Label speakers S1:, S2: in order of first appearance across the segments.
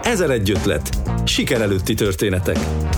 S1: 1001 ötlet. Siker előtti történetek.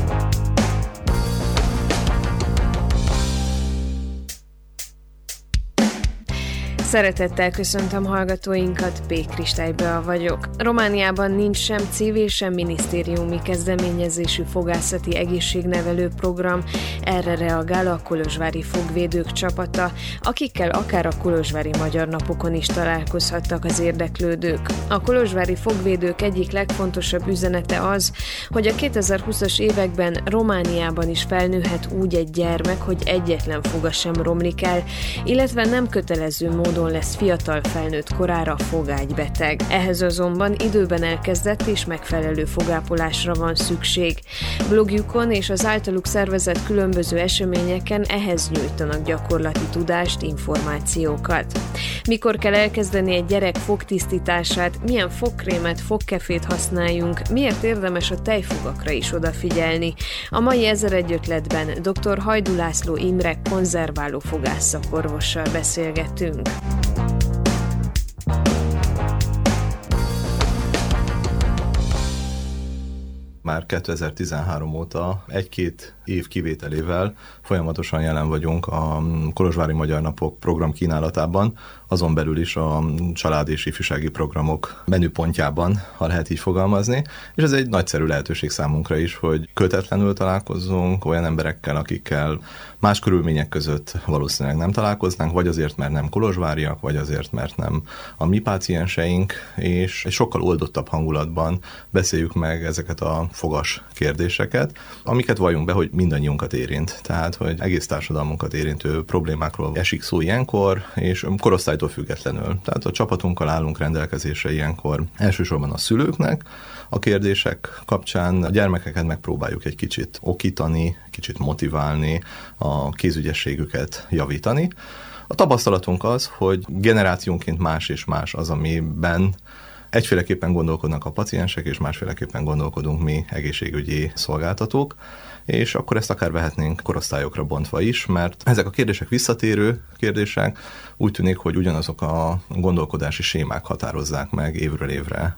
S2: Szeretettel köszöntöm hallgatóinkat, Pék Kristálybea vagyok. Romániában nincs sem civil, sem minisztériumi kezdeményezésű fogászati egészségnevelő program. Erre reagál a kolozsvári fogvédők csapata, akikkel akár a kolozsvári Magyar Napokon is találkozhattak az érdeklődők. A kolozsvári fogvédők egyik legfontosabb üzenete az, hogy a 2020-as években Romániában is felnőhet úgy egy gyermek, hogy egyetlen foga sem romlik el, illetve nem kötelező módon lesz fiatal felnőtt korára fogágybeteg. Ehhez azonban időben elkezdett és megfelelő fogápolásra van szükség. Blogjukon és az általuk szervezett különböző eseményeken ehhez nyújtanak gyakorlati tudást, információkat. Mikor kell elkezdeni egy gyerek fogtisztítását, milyen fogkrémet, fogkefét használjunk, miért érdemes a tejfogakra is odafigyelni. A mai 1001 ötletben dr. Hajdú László Imre konzerváló fogászszakorvossal beszélgettünk.
S3: Már 2013 óta egy-két év kivételével folyamatosan jelen vagyunk a Kolozsvári Magyar Napok program kínálatában, azon belül is a család- és ifjúsági programok menüpontjában, ha lehet így fogalmazni, és ez egy nagyszerű lehetőség számunkra is, hogy kötetlenül találkozzunk olyan emberekkel, akikkel más körülmények között valószínűleg nem találkoznánk, vagy azért, mert nem kolozsváriak, vagy azért, mert nem a mi pácienseink, és egy sokkal oldottabb hangulatban beszéljük meg ezeket a fogas kérdéseket, amiket valljunk be, hogy mindannyiunkat érint. Tehát, hogy egész társadalmunkat érintő problémákról esik szó ilyenkor, és korosztálytól függetlenül. Tehát a csapatunkkal állunk rendelkezésre ilyenkor elsősorban a szülőknek, a kérdések kapcsán a gyermekeket megpróbáljuk egy kicsit okítani, kicsit motiválni, a kézügyességüket javítani. A tapasztalatunk az, hogy generációnként más és más az, amiben egyféleképpen gondolkodnak a paciensek, és másféleképpen gondolkodunk mi egészségügyi szolgáltatók, és akkor ezt akár vehetnénk korosztályokra bontva is, mert ezek a kérdések visszatérő kérdések, úgy tűnik, hogy ugyanazok a gondolkodási sémák határozzák meg évről évre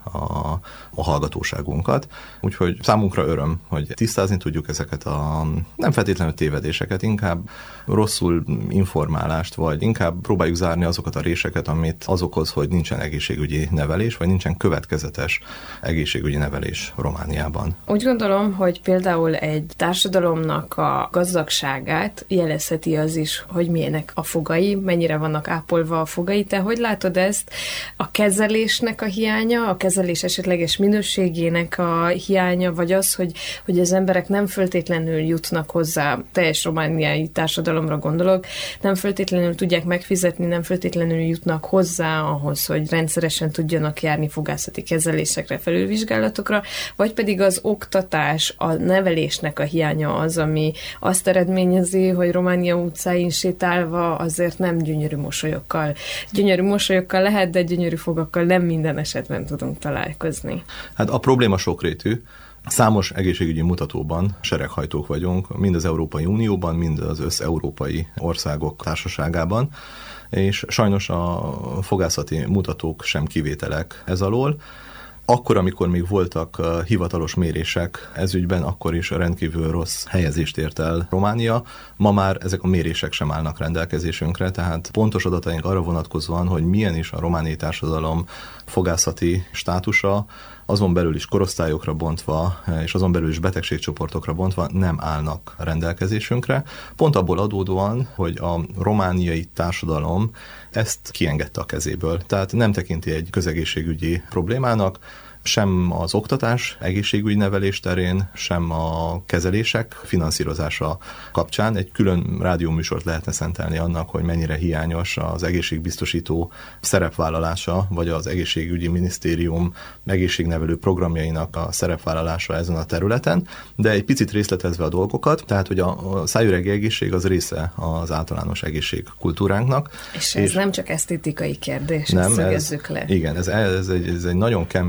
S3: a hallgatóságunkat. Úgyhogy számunkra öröm, hogy tisztázni tudjuk ezeket a nem feltétlenül tévedéseket, inkább rosszul informálást, vagy inkább próbáljuk zárni azokat a réseket, amit az okoz, hogy nincsen egészségügyi nevelés, vagy nincsen következetes egészségügyi nevelés Romániában.
S2: Úgy gondolom, hogy például egy társadalomnak a gazdagságát jelezheti az is, hogy milyenek a fogai, mennyire vannak ápolva a fogai. Te hogy látod ezt? A kezelésnek a hiánya, a kezelés esetleges minőségének a hiánya, vagy az, hogy az emberek nem feltétlenül jutnak hozzá, teljes romániai társadalomra gondolok, nem feltétlenül tudják megfizetni, nem feltétlenül jutnak hozzá ahhoz, hogy rendszeresen tudjanak járni fogászati kezelésekre, felülvizsgálatokra, vagy pedig az oktatás, a nevelésnek a hiánya az, ami azt eredményezi, hogy Románia utcáin sétálva azért nem gyönyörű mosolyokkal lehet, de gyönyörű fogakkal nem minden esetben tudunk találkozni.
S3: Hát a probléma sokrétű. Számos egészségügyi mutatóban sereghajtók vagyunk, mind az Európai Unióban, mind az összeurópai országok társaságában, és sajnos a fogászati mutatók sem kivételek ez alól. Akkor, amikor még voltak hivatalos mérések ez ügyben, akkor is rendkívül rossz helyezést ért el Románia. Ma már ezek a mérések sem állnak rendelkezésünkre, tehát pontos adataink arra vonatkozóan, hogy milyen is a romániai társadalom fogászati státusa, azon belül is korosztályokra bontva, és azon belül is betegségcsoportokra bontva nem állnak rendelkezésünkre. Pont abból adódóan, hogy a romániai társadalom ezt kiengedte a kezéből. Tehát nem tekinti egy közegészségügyi problémának, sem az oktatás, egészségügyi nevelés terén, sem a kezelések finanszírozása kapcsán. Egy külön rádióműsort lehetne szentelni annak, hogy mennyire hiányos az egészségbiztosító szerepvállalása, vagy az egészségügyi minisztérium egészségnevelő programjainak a szerepvállalása ezen a területen, de egy picit részletezve a dolgokat, tehát hogy a szájüregi egészség az része az általános egészségkultúránknak.
S2: És ez nem csak esztétikai kérdés,
S3: nem,
S2: szögezzük le.
S3: Igen, ez egy nagyon kemény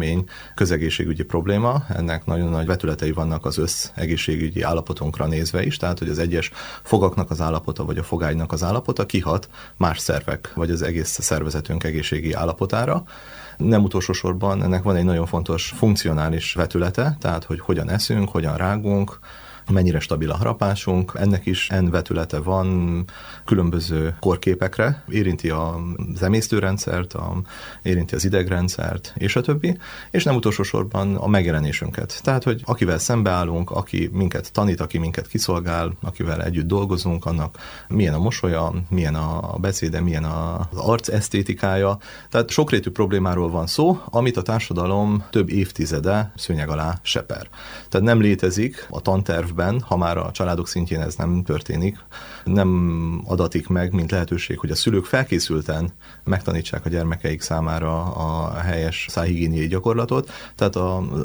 S3: közegészségügyi probléma, ennek nagyon nagy vetületei vannak az összegészségügyi állapotunkra nézve is, tehát hogy az egyes fogaknak az állapota, vagy a fogágynak az állapota kihat más szervek, vagy az egész szervezetünk egészségi állapotára. Nem utolsó sorban ennek van egy nagyon fontos funkcionális vetülete, tehát hogy hogyan eszünk, hogyan rágunk, mennyire stabil a harapásunk, ennek is vetülete van különböző korképekre, érinti az emésztőrendszert, érinti az idegrendszert, és a többi, és nem utolsó sorban a megjelenésünket. Tehát, hogy akivel szembeállunk, aki minket tanít, aki minket kiszolgál, akivel együtt dolgozunk, annak milyen a mosolya, milyen a beszéde, milyen az arc esztétikája. Tehát sokrétű problémáról van szó, amit a társadalom több évtizede szőnyeg alá seper. Tehát nem létezik a tanterv, ha már a családok szintjén ez nem történik, nem adatik meg, mint lehetőség, hogy a szülők felkészülten megtanítsák a gyermekeik számára a helyes szájhigiéniai gyakorlatot. Tehát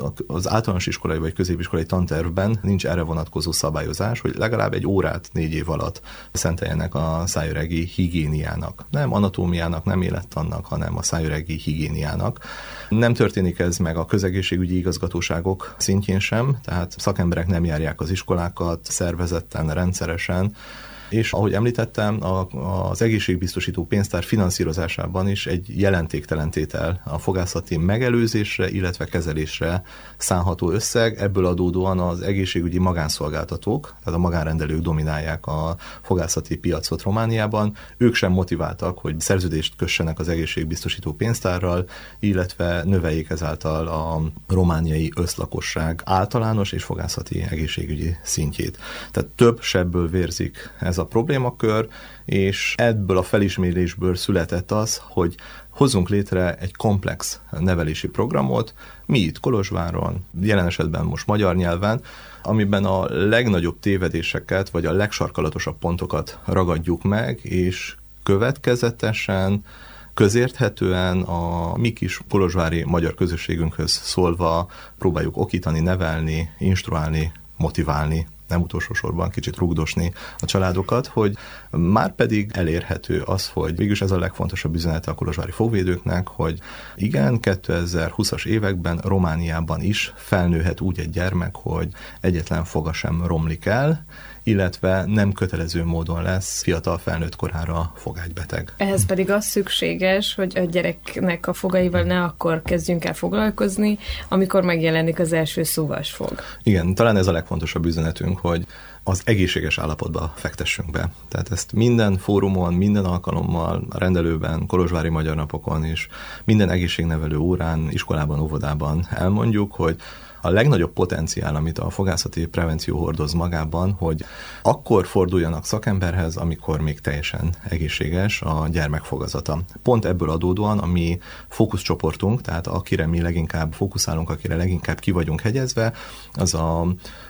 S3: az általános iskolai vagy középiskolai tantervben nincs erre vonatkozó szabályozás, hogy legalább egy órát 4 év alatt szenteljenek a szájüregi higiéniának. Nem anatómiának, nem élettannak, hanem a szájüregi higiéniának. Nem történik ez meg a közegészségügyi igazgatóságok szintjén sem, tehát szakemberek nem járják az iskolákat szervezetten, rendszeresen, és ahogy említettem, az egészségbiztosító pénztár finanszírozásában is egy jelentéktelen tétel a fogászati megelőzésre, illetve kezelésre szánható összeg, ebből adódóan az egészségügyi magánszolgáltatók, tehát a magánrendelők dominálják a fogászati piacot Romániában, ők sem motiváltak, hogy szerződést kössenek az egészségbiztosító pénztárral, illetve növeljék ezáltal a romániai összlakosság általános és fogászati egészségügyi szintjét. Tehát több sebből vérzik ez a problémakör, és ebből a felismerésből született az, hogy hozzunk létre egy komplex nevelési programot, mi itt Kolozsváron, jelen esetben most magyar nyelven, amiben a legnagyobb tévedéseket, vagy a legsarkalatosabb pontokat ragadjuk meg, és következetesen, közérthetően a mi kis kolozsvári magyar közösségünkhöz szólva próbáljuk okítani, nevelni, instruálni, motiválni, nem utolsó sorban kicsit rugdosni a családokat, hogy már pedig elérhető az, hogy végülis ez a legfontosabb üzenete a kolozsvári fogvédőknek, hogy igen, 2020-as években Romániában is felnőhet úgy egy gyermek, hogy egyetlen foga sem romlik el, illetve nem kötelező módon lesz fiatal felnőtt korára fogágybeteg.
S2: Ehhez pedig az szükséges, hogy a gyereknek a fogaival ne akkor kezdjünk el foglalkozni, amikor megjelenik az első szúvas fog.
S3: Igen, talán ez a legfontosabb üzenetünk, hogy az egészséges állapotba fektessünk be. Tehát ezt minden fórumon, minden alkalommal, a rendelőben, kolozsvári magyar napokon is, minden egészségnevelő órán, iskolában, óvodában elmondjuk, hogy a legnagyobb potenciál, amit a fogászati prevenció hordoz magában, hogy akkor forduljanak szakemberhez, amikor még teljesen egészséges a gyermek fogazata. Pont ebből adódóan a mi fókuszcsoportunk, tehát akire mi leginkább fókuszálunk, akire leginkább ki vagyunk hegyezve, az a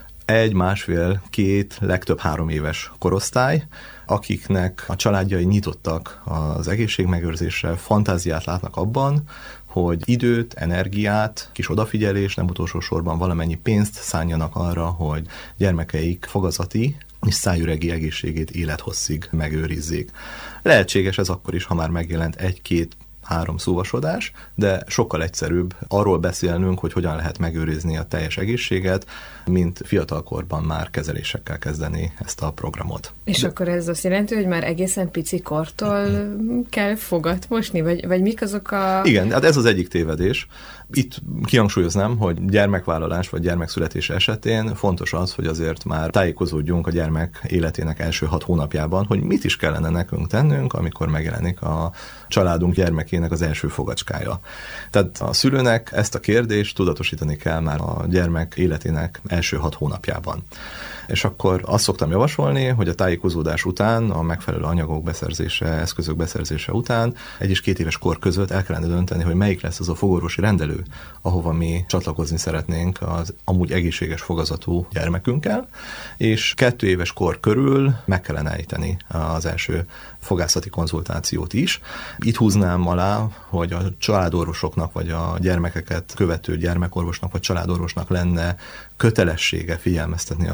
S3: 1, 1,5, 2, legtöbb 3 éves korosztály, akiknek a családjai nyitottak az egészségmegőrzésre, fantáziát látnak abban, hogy időt, energiát, kis odafigyelés, nem utolsó sorban valamennyi pénzt szánjanak arra, hogy gyermekeik fogazati és szájüregi egészségét élethosszig megőrizzék. Lehetséges ez akkor is, ha már megjelent 1-2-3 szúvasodás, de sokkal egyszerűbb arról beszélnünk, hogy hogyan lehet megőrizni a teljes egészséget, mint fiatalkorban már kezelésekkel kezdeni ezt a programot.
S2: És akkor ez azt jelenti, hogy már egészen pici kortól kell fogat mosni? Vagy mik azok a...
S3: Igen, hát ez az egyik tévedés. Itt kihangsúlyoznám, hogy gyermekvállalás vagy gyermekszületés esetén fontos az, hogy azért már tájékozódjunk a gyermek életének első 6 hónapjában, hogy mit is kellene nekünk tennünk, amikor megjelenik a családunk gyermekének az első fogacskája. Tehát a szülőnek ezt a kérdést tudatosítani kell már a gyermek életének első 6 hónapjában. És akkor azt szoktam javasolni, hogy a tájékozódás után, a megfelelő anyagok beszerzése, eszközök beszerzése után 1 és 2 éves kor között el kellene dönteni, hogy melyik lesz az a fogorvosi rendelő, ahova mi csatlakozni szeretnénk az amúgy egészséges fogazatú gyermekünkkel, és 2 éves kor körül meg kellene ejteni az első fogászati konzultációt is. Itt húznám alá, hogy a családorvosoknak, vagy a gyermekeket követő gyermekorvosnak, vagy családorvosnak lenne kötelessége figyelmeztetni a családot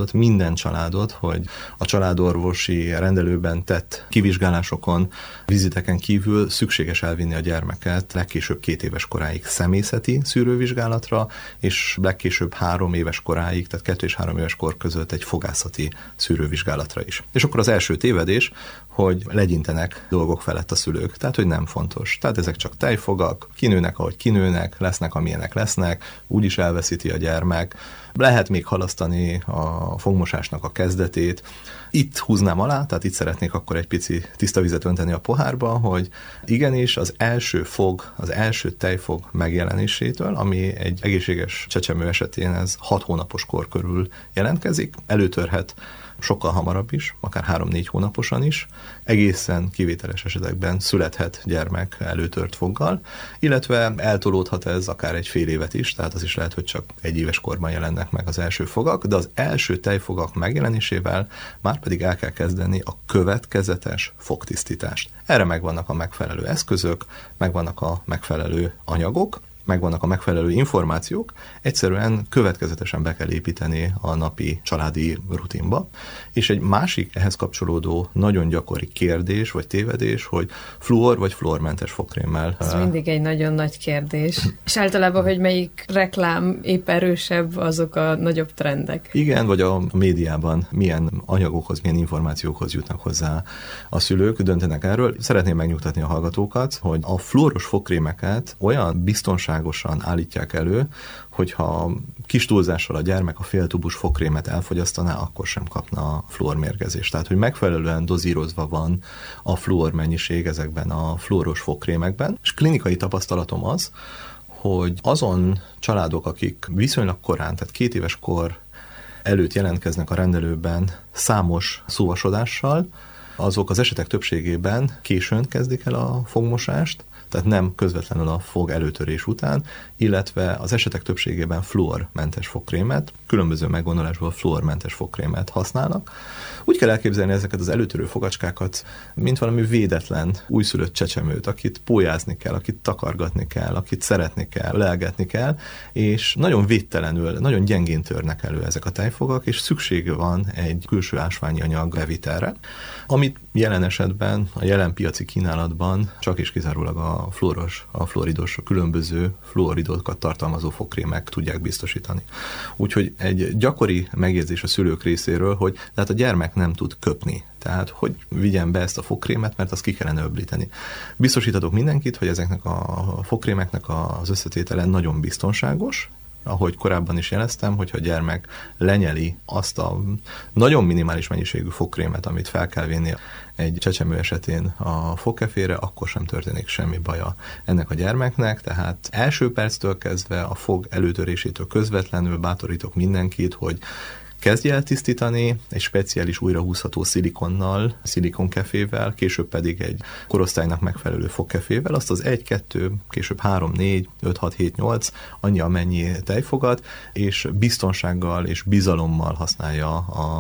S3: minden családot, hogy a családorvosi rendelőben tett kivizsgálásokon, viziteken kívül szükséges elvinni a gyermeket legkésőbb 2 éves koráig személyzeti szűrővizsgálatra, és legkésőbb 3 éves koráig, tehát 2 és 3 éves kor között egy fogászati szűrővizsgálatra is. És akkor az első tévedés, hogy legyintenek dolgok felett a szülők, tehát hogy nem fontos. Tehát ezek csak tejfogak, kinőnek, ahogy kinőnek, lesznek, amilyenek lesznek, úgyis elveszíti a gyermek. Lehet még halasztani a fogmosásnak a kezdetét. Itt húznám alá, tehát itt szeretnék akkor egy pici tiszta vizet önteni a pohárba, hogy igenis az első tejfog megjelenésétől, ami egy egészséges csecsemő esetén ez 6 hónapos kor körül jelentkezik, előtörhet sokkal hamarabb is, akár 3-4 hónaposan is, egészen kivételes esetekben születhet gyermek előtört foggal, illetve eltolódhat ez akár egy fél évet is, tehát az is lehet, hogy csak 1 éves korban jelennek meg az első fogak, de az első tejfogak megjelenésével már pedig el kell kezdeni a következetes fogtisztítást. Erre megvannak a megfelelő eszközök, megvannak a megfelelő anyagok, megvannak a megfelelő információk, egyszerűen következetesen be kell építeni a napi családi rutinba. És egy másik ehhez kapcsolódó nagyon gyakori kérdés vagy tévedés, hogy fluor vagy fluormentes fogkrémmel.
S2: Ez mindig egy nagyon nagy kérdés. És általában, hogy melyik reklám épp erősebb, azok a nagyobb trendek.
S3: Igen, vagy a médiában milyen anyagokhoz, milyen információkhoz jutnak hozzá a szülők, döntenek erről. Szeretném megnyugtatni a hallgatókat, hogy a fluoros fogkrémeket olyan biztonságosan állítják elő, hogyha kis túlzással a gyermek a féltubus fogkrémet elfogyasztaná, akkor sem kapna fluormérgezést. Tehát, hogy megfelelően dozírozva van a fluor mennyiség ezekben a fluoros fogkrémekben. És klinikai tapasztalatom az, hogy azon családok, akik viszonylag korán, tehát 2 éves kor előtt jelentkeznek a rendelőben számos szóvasodással, azok az esetek többségében későn kezdik el a fogmosást, tehát nem közvetlenül a fog előtörés után, illetve az esetek többségében fluormentes fogkrémet, különböző meggondolásból fluormentes fogkrémet használnak. Úgy kell elképzelni ezeket az előtörő fogacskákat, mint valami védetlen, újszülött csecsemőt, akit pólyázni kell, akit takargatni kell, akit szeretni kell, ölelgetni kell, és nagyon védtelenül, nagyon gyengén törnek elő ezek a tejfogak, és szüksége van egy külső ásványi anyag bevitelre, amit jelen esetben, a jelen piaci kínálatban csak és kizárólag a fluoridos, a különböző fluoridokat tartalmazó fogkrémek tudják biztosítani. Úgyhogy egy gyakori megjegyzés a szülők részéről, hogy tehát a gyermek nem tud köpni. Tehát, hogy vigyen be ezt a fogkrémet, mert azt ki kellene öblíteni. Biztosítatok mindenkit, hogy ezeknek a fogkrémeknek az összetétele nagyon biztonságos, ahogy korábban is jeleztem, hogyha a gyermek lenyeli azt a nagyon minimális mennyiségű fogkrémet, amit fel kell vinni egy csecsemő esetén a fogkefére, akkor sem történik semmi baja ennek a gyermeknek, tehát első perctől kezdve a fog előtörésétől közvetlenül bátorítok mindenkit, hogy kezdje el tisztítani egy speciális újrahúzható szilikonnal, szilikonkefével, később pedig egy korosztálynak megfelelő fogkefével, azt az 1, 2, később 3, 4, 5, 6, 7, 8, annyi amennyi tejfogat, és biztonsággal és bizalommal használja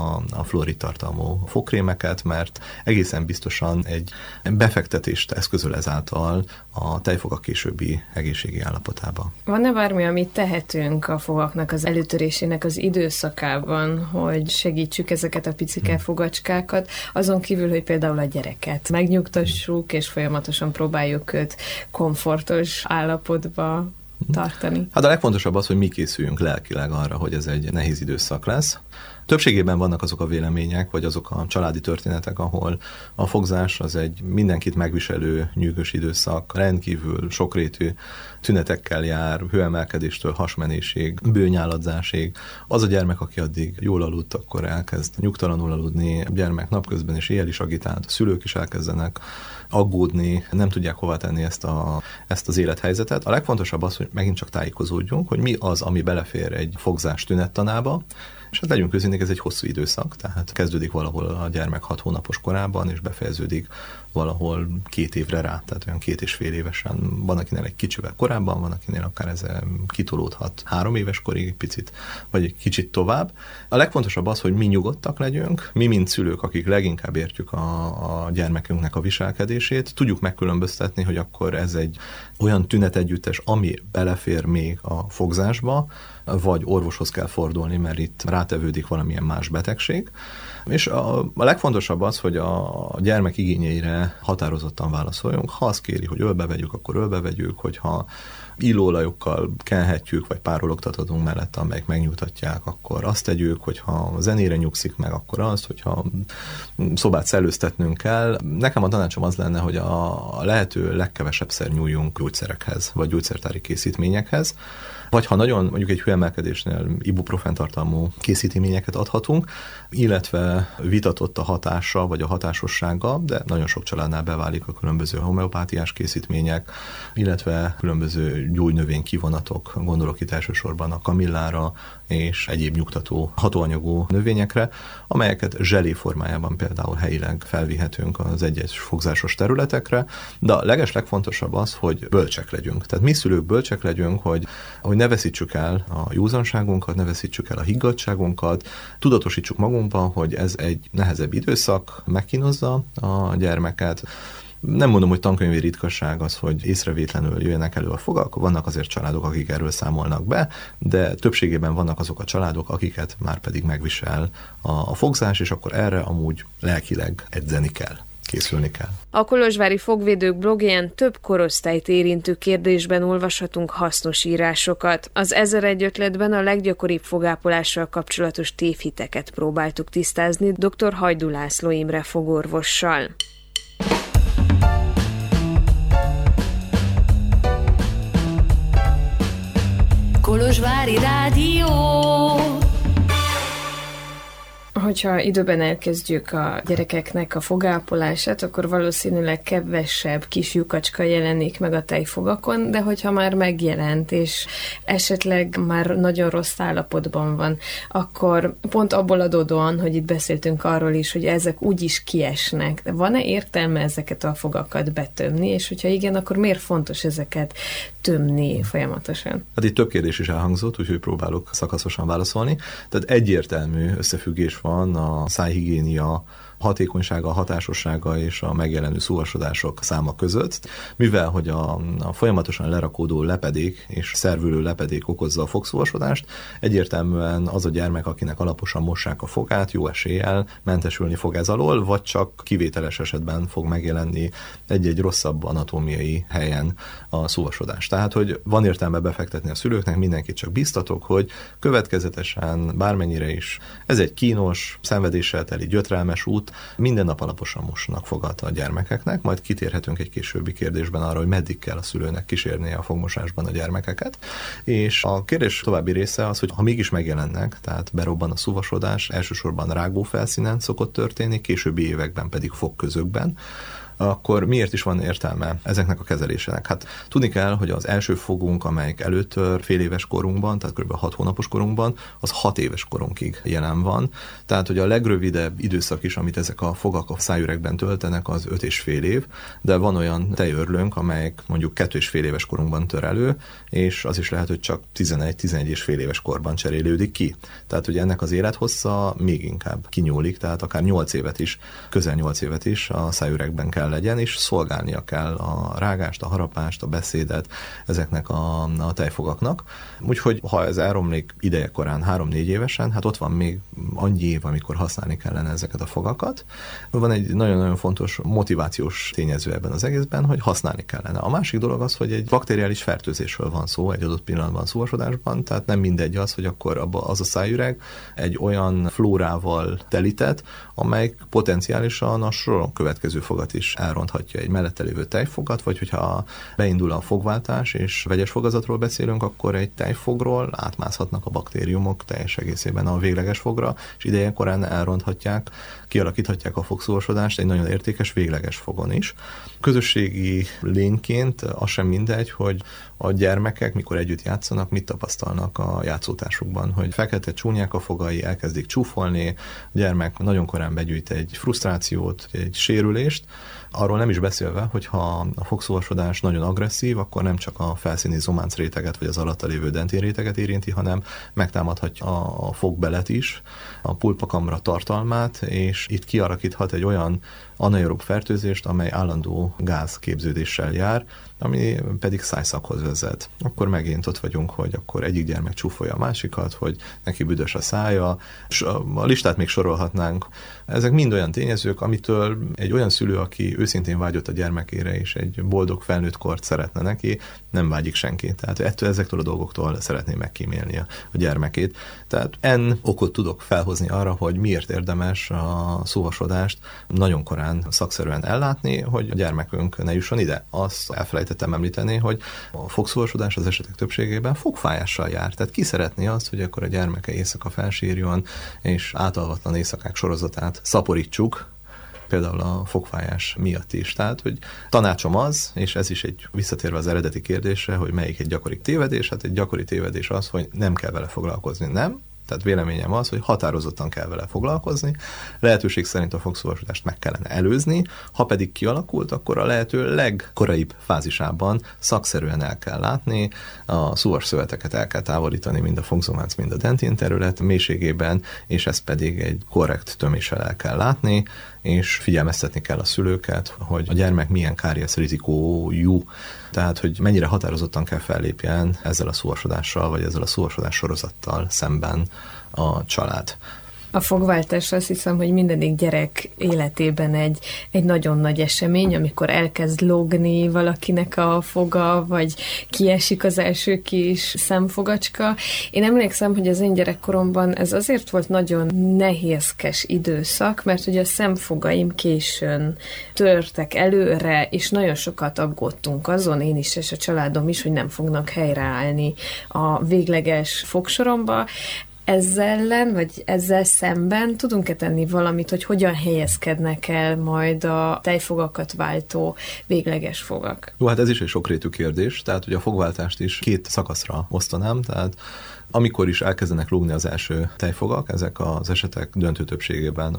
S3: a fluorid tartalmú fogkrémeket, mert egészen biztosan egy befektetést eszközöl ezáltal a tejfogak későbbi egészségi állapotába.
S2: Van-e bármi, amit tehetünk a fogaknak az előtörésének az időszakában, hogy segítsük ezeket a picike fogacskákat, azon kívül, hogy például a gyereket megnyugtassuk, és folyamatosan próbáljuk őt komfortos állapotba tartani?
S3: Hát a legfontosabb az, hogy mi készüljünk lelkileg arra, hogy ez egy nehéz időszak lesz. Többségében vannak azok a vélemények, vagy azok a családi történetek, ahol a fogzás az egy mindenkit megviselő nyűgös időszak, rendkívül sokrétű tünetekkel jár, hőemelkedéstől hasmenésig, bőnyáladzásig. Az a gyermek, aki addig jól aludt, akkor elkezd nyugtalanul aludni, a gyermek napközben és éjjel is agitált, a szülők is elkezdenek aggódni, nem tudják hova tenni ezt az élethelyzetet. A legfontosabb az, hogy megint csak tájékozódjunk, hogy mi az, ami belefér egy fogzás tünettanába, és hát legyünk őszinték, ez egy hosszú időszak, tehát kezdődik valahol a gyermek 6 hónapos korában, és befejeződik valahol 2 évre rá, tehát olyan 2,5 évesen. Van, akinél egy kicsivel korábban, van, akinél akár ez kitolódhat 3 éves korig egy picit, vagy egy kicsit tovább. A legfontosabb az, hogy mi nyugodtak legyünk, mi mint szülők, akik leginkább értjük a gyermekünknek a viselkedését, tudjuk megkülönböztetni, hogy akkor ez egy olyan tünetegyüttes, ami belefér még a fogzásba, vagy orvoshoz kell fordulni, mert itt rátevődik valamilyen más betegség. És a legfontosabb az, hogy a gyermek igényeire határozottan válaszoljunk. Ha azt kéri, hogy ölbe vegyük, akkor ölbe vegyük, hogyha illóolajokkal kenhetjük, vagy párologtathatunk mellette, amelyek megnyugtatják, akkor azt tegyük, hogyha zenére nyugszik meg, akkor azt, hogyha szobát szellőztetnünk kell. Nekem a tanácsom az lenne, hogy a lehető legkevesebbszer nyúljunk gyógyszerekhez, vagy gyógyszertári készítményekhez, vagy ha nagyon, mondjuk egy hőemelkedésnél ibuprofen tartalmú készítményeket adhatunk, illetve vitatott a hatása, vagy a hatásossága, de nagyon sok családnál beválik a különböző homeopátiás készítmények, illetve különböző gyógynövény kivonatok, gondolok itt elsősorban a kamillára, és egyéb nyugtató hatóanyagú növényekre, amelyeket zselé formájában például helyileg felvihetünk az egyes fogzásos területekre, de a legfontosabb az, hogy bölcsek legyünk. Tehát mi szülők bölcsek legyünk, hogy ne veszítsük el a józanságunkat, ne veszítsük el a higgadtságunkat, tudatosítsuk magunkban, hogy ez egy nehezebb időszak, megkínozza a gyermeket. Nem mondom, hogy tankönyvi ritkasság az, hogy észrevétlenül jöjjenek elő a fogak, vannak azért családok, akik erről számolnak be, de többségében vannak azok a családok, akiket már pedig megvisel a fogzás, és akkor erre amúgy lelkileg edzeni kell. Készülni kell.
S2: A kolozsvári fogvédők blogján több korosztályt érintő kérdésben olvashatunk hasznos írásokat. Az 1001 ötletben a leggyakoribb fogápolással kapcsolatos tévhiteket próbáltuk tisztázni dr. Hajdú László Imre fogorvossal.
S4: Kolozsvári Rádió.
S2: Hogyha időben elkezdjük a gyerekeknek a fogápolását, akkor valószínűleg kevesebb kis lyukacska jelenik meg a tejfogakon, de hogyha már megjelent, és esetleg már nagyon rossz állapotban van, akkor pont abból adódóan, hogy itt beszéltünk arról is, hogy ezek úgyis kiesnek. De van-e értelme ezeket a fogakat betömni, és hogyha igen, akkor miért fontos ezeket tömni folyamatosan?
S3: Hát itt több kérdés is elhangzott, úgyhogy próbálok szakaszosan válaszolni. Tehát egyértelmű összefüggés van a szájhigiénia hatékonysága, a hatásossága és a megjelenő szúvasodások száma között, mivel hogy a folyamatosan lerakódó lepedék és szervülő lepedék okozza a fogszúvasodást, egyértelműen az a gyermek, akinek alaposan mossák a fogát, jó eséllyel mentesülni fog ez alól, vagy csak kivételes esetben fog megjelenni egy-egy rosszabb anatómiai helyen a szúvasodás. Tehát, hogy van értelme befektetni a szülőknek, mindenkit csak biztatok, hogy következetesen, bármennyire is, ez egy kínos, szenvedéssel teli, gyötrelmes út, minden nap alaposan mossanak fogat a gyermekeknek, majd kitérhetünk egy későbbi kérdésben arra, hogy meddig kell a szülőnek kísérnie a fogmosásban a gyermekeket. És a kérdés további része az, hogy ha mégis megjelennek, tehát berobban a szúvasodás, elsősorban rágó felszínen szokott történni, későbbi években pedig fogközökben, akkor miért is van értelme ezeknek a kezelésének? Hát tudni kell, hogy az első fogunk, amelyik előttör fél éves korunkban, tehát kb. 6 hónapos korunkban, az 6 éves korunkig jelen van. Tehát, hogy a legrövidebb időszak is, amit ezek a fogak a szájüregben töltenek, az 5,5 év, de van olyan tejörlőnk, amelyik mondjuk 2,5 éves korunkban tör elő, és az is lehet, hogy csak 11-11,5 éves korban cserélődik ki. Tehát, hogy ennek az élethossza még inkább kinyúlik, tehát akár 8 évet is, közel 8 évet is a szájüregben kell legyen, és szolgálnia kell a rágást, a harapást, a beszédet ezeknek a tejfogaknak. Úgyhogy ha ez elromlik idejekorán 3-4 évesen, hát ott van még annyi év, amikor használni kellene ezeket a fogakat. Van egy nagyon-nagyon fontos motivációs tényező ebben az egészben, hogy használni kellene. A másik dolog az, hogy egy bakteriális fertőzésről van szó egy adott pillanatban szúvasodásban, tehát nem mindegy az, hogy akkor az a szájüreg egy olyan flórával telített, amely potenciálisan a soron következő fogat is elronthatja, egy mellette lévő tejfogat, vagy hogyha beindul a fogváltás és vegyes fogazatról beszélünk, akkor egy tejfogról átmászhatnak a baktériumok teljes egészében a végleges fogra, és idejekorán elronthatják, kialakíthatják a fogszúvasodást egy nagyon értékes végleges fogon is. Közösségi lényként az sem mindegy, hogy a gyermekek, mikor együtt játszanak, mit tapasztalnak a játszótársukban, hogy fekete csúnyák a fogai, elkezdik csúfolni, a gyermek nagyon korán begyűjt egy frusztrációt, egy sérülést, Arról nem is beszélve, hogyha a fogszúvasodás nagyon agresszív, akkor nem csak a felszíni zománc réteget, vagy az alatta lévő dentin réteget érinti, hanem megtámadhatja a fogbelet is, a pulpakamra tartalmát, és itt kialakíthat egy olyan anaerob fertőzést, amely állandó gázképződéssel jár, ami pedig szájszakhoz vezet. Akkor megint ott vagyunk, hogy akkor egyik gyermek csúfolja a másikat, hogy neki büdös a szája, és a listát még sorolhatnánk. Ezek mind olyan tényezők, amitől egy olyan szülő, aki őszintén vágyott a gyermekére, és egy boldog felnőttkort szeretne neki, nem vágyik senki. Tehát ezektől a dolgoktól szeretné megkímélni a gyermekét. Tehát okot tudok felhozni arra, hogy miért érdemes a szóvasodást nagyon korán szakszerűen ellátni, hogy a gyermekünk ne jusson ide. Azt elfelejtettem említeni, hogy a fogszúvasodás az esetek többségében fogfájással jár. Tehát ki szeretné azt, hogy akkor a gyermeke éjszaka felsírjon, és átalvatlan éjszakák sorozatát szaporítsuk, például a fogfájás miatt is. Tehát, hogy tanácsom az, és ez is egy visszatérve az eredeti kérdésre, hogy melyik egy gyakori tévedés, hát egy gyakori tévedés az, hogy nem kell vele foglalkozni. Nem? Tehát véleményem az, hogy határozottan kell vele foglalkozni, lehetőség szerint a fogszúvasodást meg kellene előzni, ha pedig kialakult, akkor a lehető legkoraibb fázisában szakszerűen el kell látni, a szúvasszöveteket el kell távolítani mind a fogzománc, mind a dentin terület mélységében, és ezt pedig egy korrekt töméssel el kell látni, és figyelmeztetni kell a szülőket, hogy a gyermek milyen káriesz rizikójú, tehát hogy mennyire határozottan kell fellépjen ezzel a szúvasodással, vagy ezzel a szúvasodás sorozattal szemben a család.
S2: A fogváltás azt hiszem, hogy mindegyik gyerek életében egy nagyon nagy esemény, amikor elkezd lógni valakinek a foga, vagy kiesik az első kis szemfogacska. Én emlékszem, hogy az én gyerekkoromban ez azért volt nagyon nehézkes időszak, mert ugye a szemfogaim későn törtek előre, és nagyon sokat aggódtunk azon, én is és a családom is, hogy nem fognak helyreállni a végleges fogsoromba. Ezzel ellen, vagy ezzel szemben tudunk-e tenni valamit, hogy hogyan helyezkednek el majd a tejfogakat váltó végleges fogak?
S3: Jó, hát ez is egy sokrétű kérdés, tehát ugye a fogváltást is 2 szakaszra osztanám, tehát amikor is elkezdenek lógni az első tejfogak, ezek az esetek döntő többségében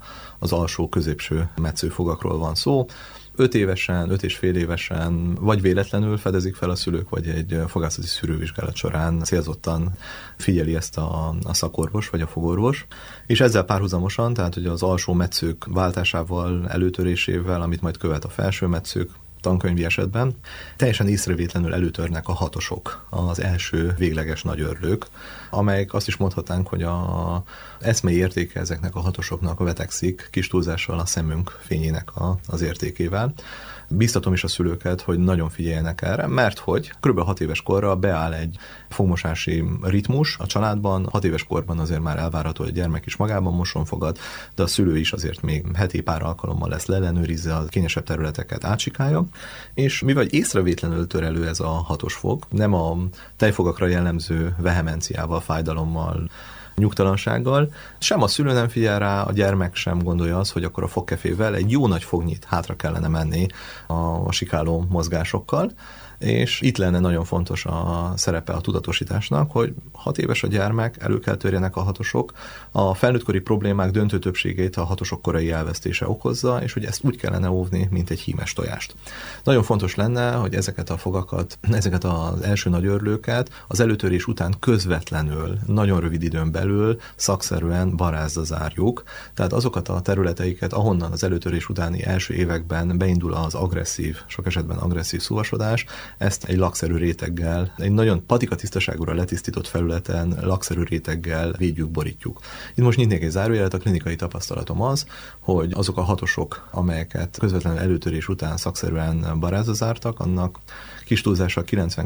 S3: az alsó középső metszőfogakról van szó. 5 évesen, 5,5 évesen vagy véletlenül fedezik fel a szülők, vagy egy fogászati szűrővizsgálat során célzottan figyeli ezt a szakorvos, vagy a fogorvos. És ezzel párhuzamosan, tehát hogy az alsó metszők váltásával, előtörésével, amit majd követ a felső metszők, tankönyvi esetben, teljesen észrevétlenül előtörnek a hatosok, az első végleges nagyörlők, amelyek azt is mondhatnánk, hogy a eszmei értéke ezeknek a hatosoknak vetekszik kis túlzással a szemünk fényének az értékével. Biztatom is a szülőket, hogy nagyon figyeljenek erre, mert hogy kb. 6 éves korra beáll egy fogmosási ritmus a családban. 6 éves korban azért már elvárható, hogy a gyermek is magában moson fogad, de a szülő is azért még heti pár alkalommal lesz leellenőrizze, a kényesebb területeket átsikálja, és mivel észrevétlenül tör elő ez a hatos fog, nem a tejfogakra jellemző vehemenciával, fájdalommal, nyugtalansággal, sem a szülő nem figyel rá, a gyermek sem gondolja azt, hogy akkor a fogkefével egy jó nagy fognyit hátra kellene menni a sikáló mozgásokkal, és itt lenne nagyon fontos a szerepe a tudatosításnak, hogy 6 éves a gyermek, elő kell törjenek a hatosok, a felnőttkori problémák döntő többségét a hatosok korai elvesztése okozza, és hogy ezt úgy kellene óvni, mint egy hímes tojást. Nagyon fontos lenne, hogy ezeket a fogakat, ezeket az első nagy örlőket az előtörés után közvetlenül, nagyon rövid időn belül szakszerűen barázza zárjuk, tehát azokat a területeiket, ahonnan az előtörés utáni első években beindul az agresszív, sok esetben agresszív szúvasodás, ezt egy lakszerű réteggel, egy nagyon patikatisztaságúra letisztított felületen lakszerű réteggel védjük, borítjuk. Itt most nyitnék egy zárójelet, a klinikai tapasztalatom az, hogy azok a hatosok, amelyeket közvetlenül előtörés után szakszerűen barázza zártak, annak kis túlzással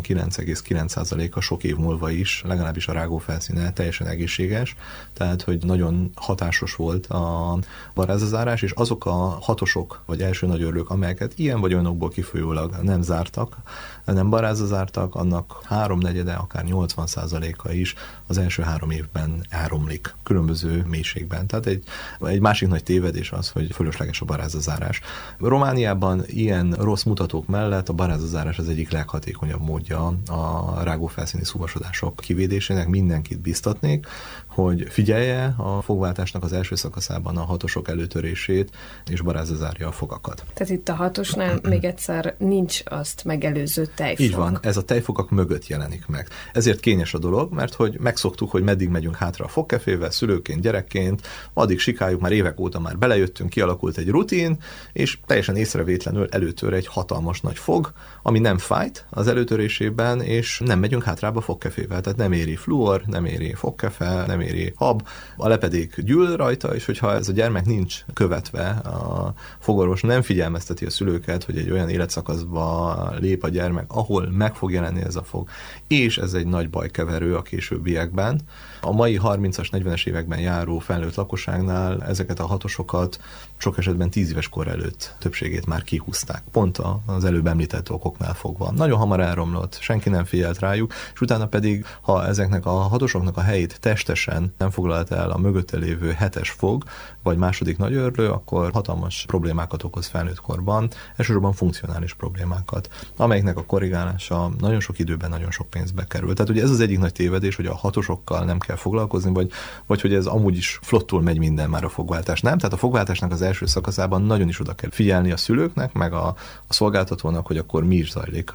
S3: 99,9%-a sok év múlva is, legalábbis a rágó felszíne teljesen egészséges, tehát hogy nagyon hatásos volt a barázazárás, és azok a hatosok, vagy első nagyörlők, amelyeket ilyen vagy olyanokból kifolyólag nem zártak, nem barázazártak, annak 3/4, akár 80%-a is az első 3 évben elromlik, különböző mélységben. Tehát egy másik nagy tévedés az, hogy fölösleges a barázazárás. Romániában ilyen rossz mutatók mellett a barázazárás az egyik leghatékonyabb módja a rágófelszíni szúvasodások kivédésének. Mindenkit biztatnék, hogy figyelje a fogváltásnak az első szakaszában a hatosok előtörését, és barázza zárja a fogakat.
S2: Tehát itt a hatosnál még egyszer nincs azt megelőző tejfog.
S3: Így van, ez a tejfogak mögött jelenik meg. Ezért kényes a dolog, mert hogy megszoktuk, hogy meddig megyünk hátra a fogkefével, szülőként, gyerekként, addig sikáljuk, már évek óta már belejöttünk, kialakult egy rutin, és teljesen észrevétlenül előtör egy hatalmas nagy fog, ami nem fájt az előtörésében, és nem megyünk hátrába a fogkefével. Tehát nem éri fluor, nem éri fogkefe, nem éri hab, a lepedék gyűl rajta, és hogyha ez a gyermek nincs követve, a fogorvos nem figyelmezteti a szülőket, hogy egy olyan életszakaszba lép a gyermek, ahol meg fog jelenni ez a fog, és ez egy nagy bajkeverő a későbbiekben. A mai 30-as, 40-es években járó felnőtt lakosságnál ezeket a hatosokat sok esetben 10 éves kor előtt többségét már kihúzták. Pont az előbb említett okoknál fogva. Nagyon hamar elromlott, senki nem figyelt rájuk, és utána pedig, ha ezeknek a hatosoknak a helyét testesen nem foglalt el a mögötte lévő 7-es fog, vagy második nagyőrlő, akkor hatalmas problémákat okoz felnőtt korban, elsősorban funkcionális problémákat, amelyeknek a korrigálása nagyon sok időben, nagyon sok pénzbe kerül. Tehát ugye ez az egyik nagy tévedés, hogy a hatosokkal nem kell foglalkozni, vagy hogy ez amúgy is flottul megy minden már a fogváltás. Nem? Tehát a fogváltásnak az első szakaszában nagyon is oda kell figyelni a szülőknek, meg a szolgáltatónak, hogy akkor mi is zajlik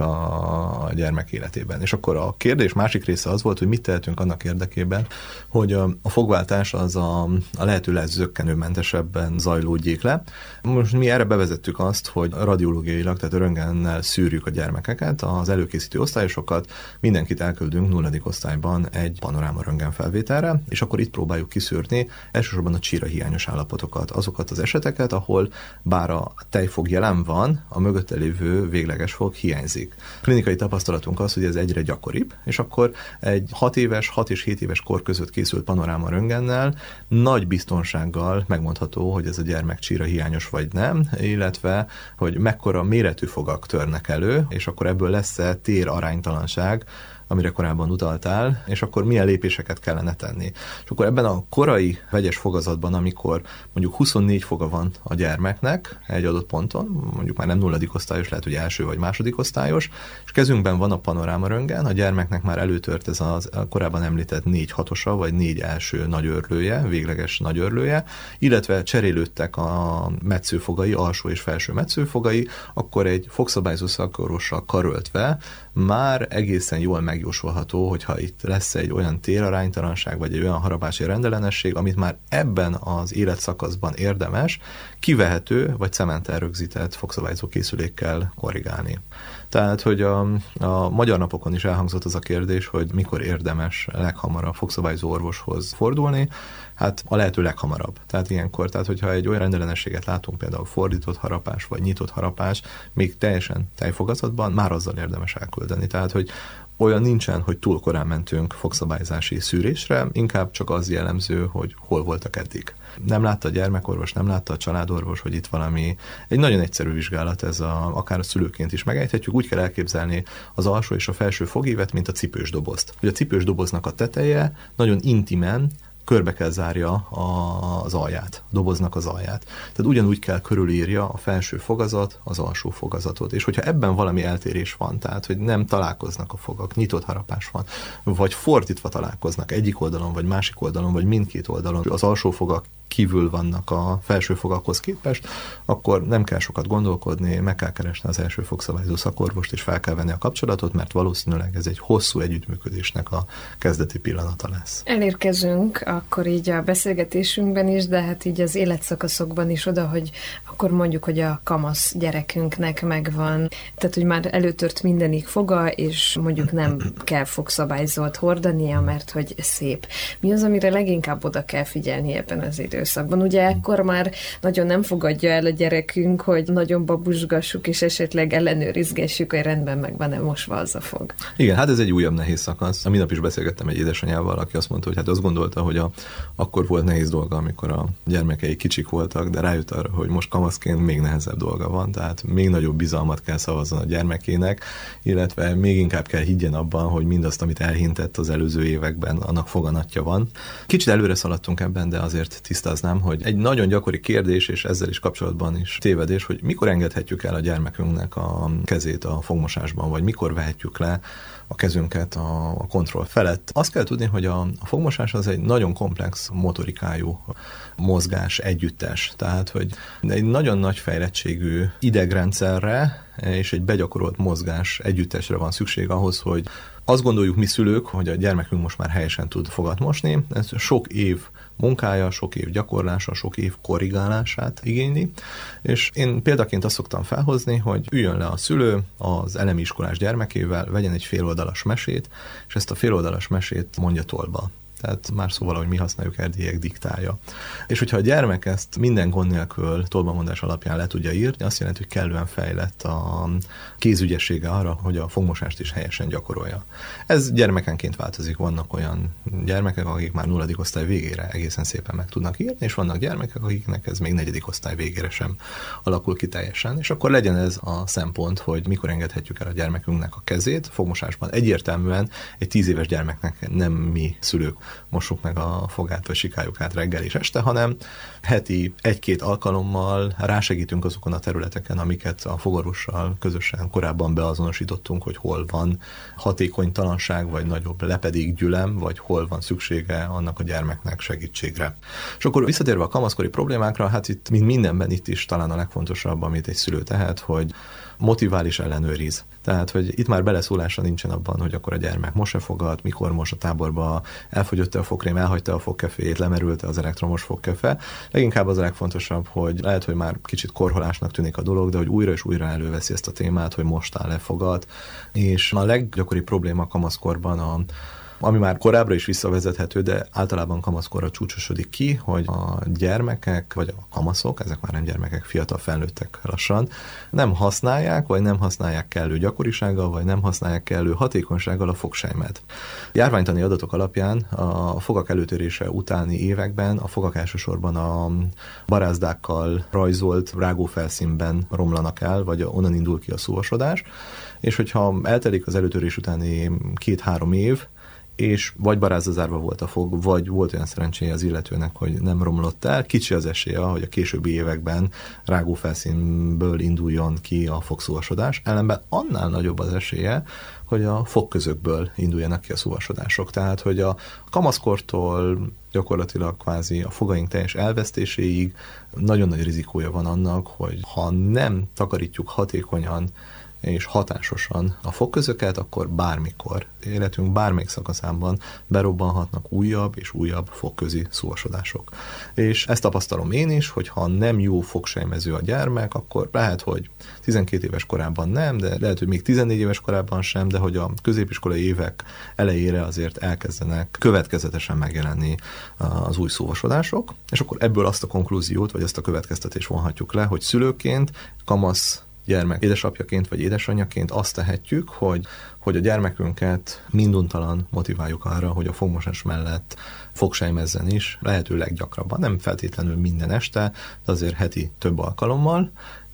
S3: a gyermek életében. És akkor a kérdés másik része az volt, hogy mit tehetünk annak érdekében, hogy a fogváltás az a lehető legzökkenőmentesebben zajlódjék le. Most mi erre bevezettük azt, hogy radiológiailag, tehát röntgennel szűrjük a gyermekeket, az előkészítő osztályosokat, mindenkit elküldünk 0. osztályban egy panoráma röntgenfelvételre, és akkor itt próbáljuk kiszűrni elsősorban a csíra hiányos állapotokat, azokat az eseteket, ahol bár a tejfog jelen van, a mögötte lévő végleges fog hiányzik. Klinikai tapasztalatunk az, hogy ez egyre gyakoribb, és akkor egy 6 éves, 6 és 7 éves kor között készült panoráma röntgennel nagy biztonsággal megmondható, hogy ez a gyermek csíra hiányos vagy nem, illetve hogy mekkora méretű fogak törnek elő, és akkor ebből lesz-e téraránytalanság, amire korábban utaltál, és akkor milyen lépéseket kellene tenni. És akkor ebben a korai vegyes fogazatban, amikor mondjuk 24 foga van a gyermeknek egy adott ponton, mondjuk már nem 0. osztályos, lehet, hogy első vagy második osztályos, és kezünkben van a panoráma röntgen, a gyermeknek már előtört ez a korábban említett 4 hatosa, vagy 4 első nagyőrlője, végleges nagyőrlője, illetve cserélődtek a metszőfogai, alsó és felső metszőfogai, akkor egy fogszabályzó szakorvossal karöltve már egészen jól megjósolható, hogyha itt lesz egy olyan téraránytalanság, vagy egy olyan harapási rendellenesség, amit már ebben az életszakaszban érdemes kivehető, vagy cementtel rögzített fogszabályzó készülékkel korrigálni. Tehát, hogy a magyar napokon is elhangzott az a kérdés, hogy mikor érdemes leghamarabb fogszabályzó orvoshoz fordulni, hát a lehető leghamarabb. Tehát ilyenkor, tehát hogyha egy olyan rendellenességet látunk, például fordított harapás, vagy nyitott harapás, még teljesen tejfogazatban, már azzal érdemes elküldeni. Tehát, hogy olyan nincsen, hogy túl korán mentünk fogszabályzási szűrésre, inkább csak az jellemző, hogy hol voltak eddig. Nem látta a gyermekorvos, nem látta a családorvos, hogy itt valami, egy nagyon egyszerű vizsgálat, ez akár a szülőként is megejthetjük, úgy kell elképzelni az alsó és a felső fogévet, mint a cipős dobozt. Hogy a cipős doboznak a teteje nagyon intimen körbe kell zárja az alját, a doboznak az alját. Tehát ugyanúgy kell körülírja a felső fogazat az alsó fogazatot. És hogyha ebben valami eltérés van, tehát hogy nem találkoznak a fogak, nyitott harapás van, vagy fordítva találkoznak egyik oldalon, vagy másik oldalon, vagy mindkét oldalon, az alsó fogak kívül vannak a felső fogakhoz képest, akkor nem kell sokat gondolkodni, meg kell keresni az első fogszabályzó szakorvost, és fel kell venni a kapcsolatot, mert valószínűleg ez egy hosszú együttműködésnek a kezdeti pillanata lesz.
S2: Elérkezünk akkor így a beszélgetésünkben is, de hát így az életszakaszokban is oda, hogy akkor mondjuk, hogy a kamasz gyerekünknek megvan, tehát hogy már előtört mindenik foga, és mondjuk nem kell fogszabályzót hordania, mert hogy szép. Mi az, amire leginkább oda kell figyelni ebben az időszakban? Ugye ekkor már nagyon nem fogadja el a gyerekünk, hogy nagyon babusgassuk, és esetleg ellenőrizgessük, hogy rendben meg van-e mosva az a fog.
S3: Igen, hát ez egy újabb nehéz szakasz. A minap is beszélgettem egy édesanyával, aki azt mondta, hogy hát azt gondolta, hogy akkor volt nehéz dolga, amikor a gyermekei kicsik voltak, de rájött arra, hogy most kamaszként még nehezebb dolga van, tehát még nagyobb bizalmat kell szavazzon a gyermekének, illetve még inkább kell higgyen abban, hogy mindazt, amit elhintett az előző években, annak foganatja van. Kicsit előre szaladtunk ebben, de azért tisztában tisztáznám, hogy egy nagyon gyakori kérdés, és ezzel is kapcsolatban is tévedés, hogy mikor engedhetjük el a gyermekünknek a kezét a fogmosásban, vagy mikor vehetjük le a kezünket a kontroll felett. Azt kell tudni, hogy a fogmosás az egy nagyon komplex motorikájú mozgás együttes. Tehát, hogy egy nagyon nagy fejlettségű idegrendszerre és egy begyakorolt mozgás együttesre van szükség ahhoz, hogy azt gondoljuk mi szülők, hogy a gyermekünk most már helyesen tud fogat mosni. Ez sok év munkája, sok év gyakorlása, sok év korrigálását igényli, és én példaként azt szoktam felhozni, hogy üljön le a szülő az elemi iskolás gyermekével, vegyen egy féloldalas mesét, és ezt a féloldalas mesét mondja tolba. Tehát más szóval, ahogy mi használjuk, erdélyek diktálja. És hogyha a gyermek ezt minden gond nélkül tolbamondás alapján le tudja írni, azt jelenti, hogy kellően fejlett a kézügyessége arra, hogy a fogmosást is helyesen gyakorolja. Ez gyermekenként változik. Vannak olyan gyermekek, akik már 0. osztály végére egészen szépen meg tudnak írni, és vannak gyermekek, akiknek ez még 4. osztály végére sem alakul ki teljesen. És akkor legyen ez a szempont, hogy mikor engedhetjük el a gyermekünknek a kezét. Fogmosásban egyértelműen egy 10 éves gyermeknek nem mi szülők mossuk meg a fogát, vagy sikáljuk át reggel és este, hanem heti 1-2 alkalommal rásegítünk azokon a területeken, amiket a fogorvossal közösen korábban beazonosítottunk, hogy hol van hatékonytalanság, vagy nagyobb lepedékgyülem, vagy hol van szüksége annak a gyermeknek segítségre. És akkor visszatérve a kamaszkori problémákra, hát itt, mint mindenben, itt is talán a legfontosabb, amit egy szülő tehet, hogy motivál és ellenőriz. Tehát, hogy itt már beleszólása nincsen abban, hogy akkor a gyermek mos-e fogat, mikor mos a táborba, elfogyott-e a fogkrém, elhagyta a fogkefét, lemerült-e az elektromos fogkefe. Leginkább az a legfontosabb, hogy lehet, hogy már kicsit korholásnak tűnik a dolog, de hogy újra és újra előveszi ezt a témát, hogy mostál le fogat. És a leggyakoribb probléma a kamaszkorban ami már korábbra is visszavezethető, de általában kamaszkorra csúcsosodik ki, hogy a gyermekek, vagy a kamaszok, ezek már nem gyermekek, fiatal felnőttek lassan, nem használják, vagy nem használják kellő gyakorisággal, vagy nem használják kellő hatékonysággal a fogsejmet. Járványtani adatok alapján a fogak előtörése utáni években a fogak elsősorban a barázdákkal rajzolt rágófelszínben romlanak el, vagy onnan indul ki a szúvasodás, és hogyha eltelik az előtörés utáni 2-3 év, és vagy barázda zárva volt a fog, vagy volt olyan szerencséje az illetőnek, hogy nem romlott el, kicsi az esélye, hogy a későbbi években rágófelszínből induljon ki a fogszúvasodás, ellenben annál nagyobb az esélye, hogy a fogközökből induljanak ki a szúvasodások. Tehát, hogy a kamaszkortól gyakorlatilag kvázi a fogaink teljes elvesztéséig nagyon nagy rizikója van annak, hogy ha nem takarítjuk hatékonyan és hatásosan a fogközöket, akkor bármikor, életünk bármelyik szakaszában berobbanhatnak újabb és újabb fogközi szúvasodások. És ezt tapasztalom én is, hogy ha nem jó fogsejmező a gyermek, akkor lehet, hogy 12 éves korában nem, de lehet, hogy még 14 éves korában sem, de hogy a középiskolai évek elejére azért elkezdenek következetesen megjelenni az új szúvasodások, és akkor ebből azt a konklúziót, vagy azt a következtetést vonhatjuk le, hogy szülőként, kamasz gyermek édesapjaként vagy édesanyjaként azt tehetjük, hogy a gyermekünket minduntalan motiváljuk arra, hogy a fogmosás mellett fogsejmezzen is, lehetőleg gyakrabban, nem feltétlenül minden este, de azért heti több alkalommal,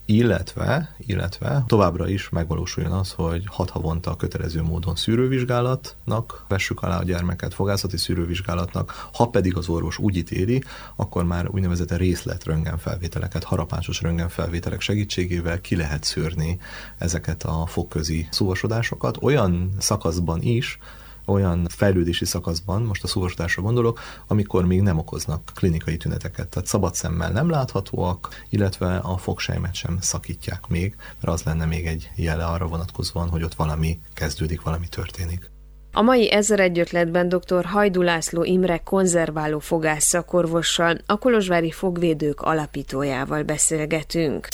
S3: illetve továbbra is megvalósuljon az, hogy 6 havonta kötelező módon szűrővizsgálatnak vessük alá a gyermeket, fogászati szűrővizsgálatnak, ha pedig az orvos úgy ítéli, akkor már úgynevezett részlet röntgenfelvételeket, harapásos röntgenfelvételek segítségével ki lehet szűrni ezeket a fogközi szúvasodásokat, olyan szakaszban is, olyan fejlődési szakaszban, most a szúvasodásra gondolok, amikor még nem okoznak klinikai tüneteket. Tehát szabad szemmel nem láthatóak, illetve a fogsejmet sem szakítják még, mert az lenne még egy jele arra vonatkozóan, hogy ott valami kezdődik, valami történik.
S2: A mai 1001 ötletben dr. Hajdú László Imre konzerváló fogász szakorvossal, a kolozsvári fogvédők alapítójával beszélgetünk.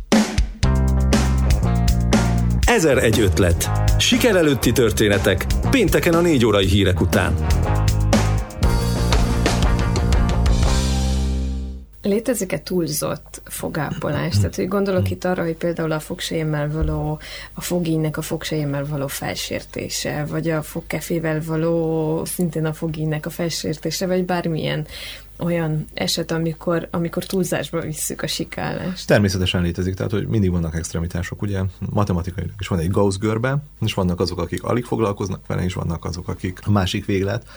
S1: 1001 ötlet. Siker előtti történetek pénteken a 4 órai hírek után.
S2: Létezik-e túlzott fogápolás? Tehát, hogy gondolok itt arra, hogy például a fogsejemmel való, a fogíjnek a fogsejemmel való felsértése, vagy a fogkefével való szintén a fogíjnek a felsértése, vagy bármilyen olyan eset, amikor túlzásba visszük a sikálást.
S3: Természetesen létezik, tehát hogy mindig vannak extremitások, ugye matematikailag is van egy Gauss görbe, és vannak azok, akik alig foglalkoznak vele, és vannak azok, akik a másik véglet.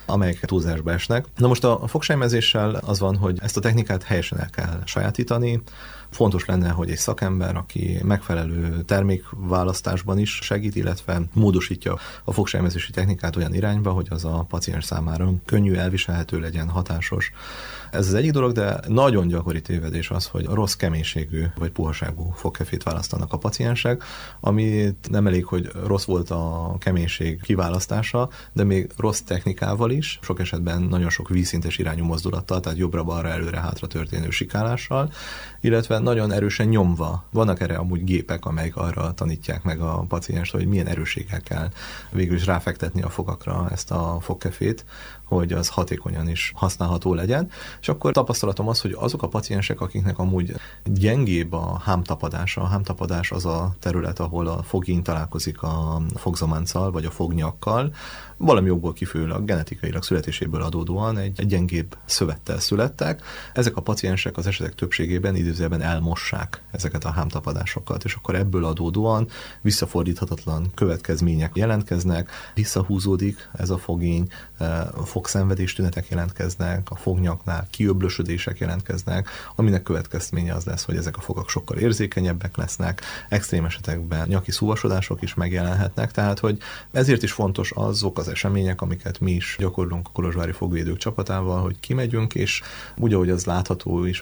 S3: amelyek túlzásba esnek. Na most a fogsejmezéssel az van, hogy ezt a technikát helyesen el kell sajátítani. Fontos lenne, hogy egy szakember, aki megfelelő termékválasztásban is segít, illetve módosítja a fogsejmezési technikát olyan irányba, hogy az a paciens számára könnyű, elviselhető legyen, hatásos. Ez az egyik dolog, de nagyon gyakori tévedés az, hogy rossz keménységű vagy puhaságú fogkefét választanak a paciensek, amit nem elég, hogy rossz volt a keménység kiválasztása, de még rossz technikával is, sok esetben nagyon sok vízszintes irányú mozdulattal, tehát jobbra-balra, előre-hátra történő sikálással, illetve nagyon erősen nyomva. Vannak erre amúgy gépek, amelyek arra tanítják meg a pacienst, hogy milyen erősséggel kell végül is ráfektetni a fogakra ezt a fogkefét, hogy az hatékonyan is használható legyen. És akkor tapasztalatom az, hogy azok a paciensek, akiknek amúgy gyengébb a hámtapadás, a hámtapadás az a terület, ahol a fogíny találkozik a fogzamánccal, vagy a fognyakkal, valami okból kifolyólag, genetikailag születéséből adódóan egy gyengébb szövettel születtek. Ezek a paciensek az esetek többségében idézőjelben elmossák ezeket a hámtapadásokat, és akkor ebből adódóan visszafordíthatatlan következmények jelentkeznek, visszahúzódik ez a fogíny, fogszenvedés tünetek jelentkeznek, a fognyaknál kiöblösödések jelentkeznek, aminek következménye az lesz, hogy ezek a fogak sokkal érzékenyebbek lesznek, extrém esetekben nyaki szúvasodások is megjelenhetnek, tehát hogy ezért is fontos azok az események, amiket mi is gyakorlunk a kolozsvári fogvédők csapatával, hogy kimegyünk, és úgy, ahogy az látható is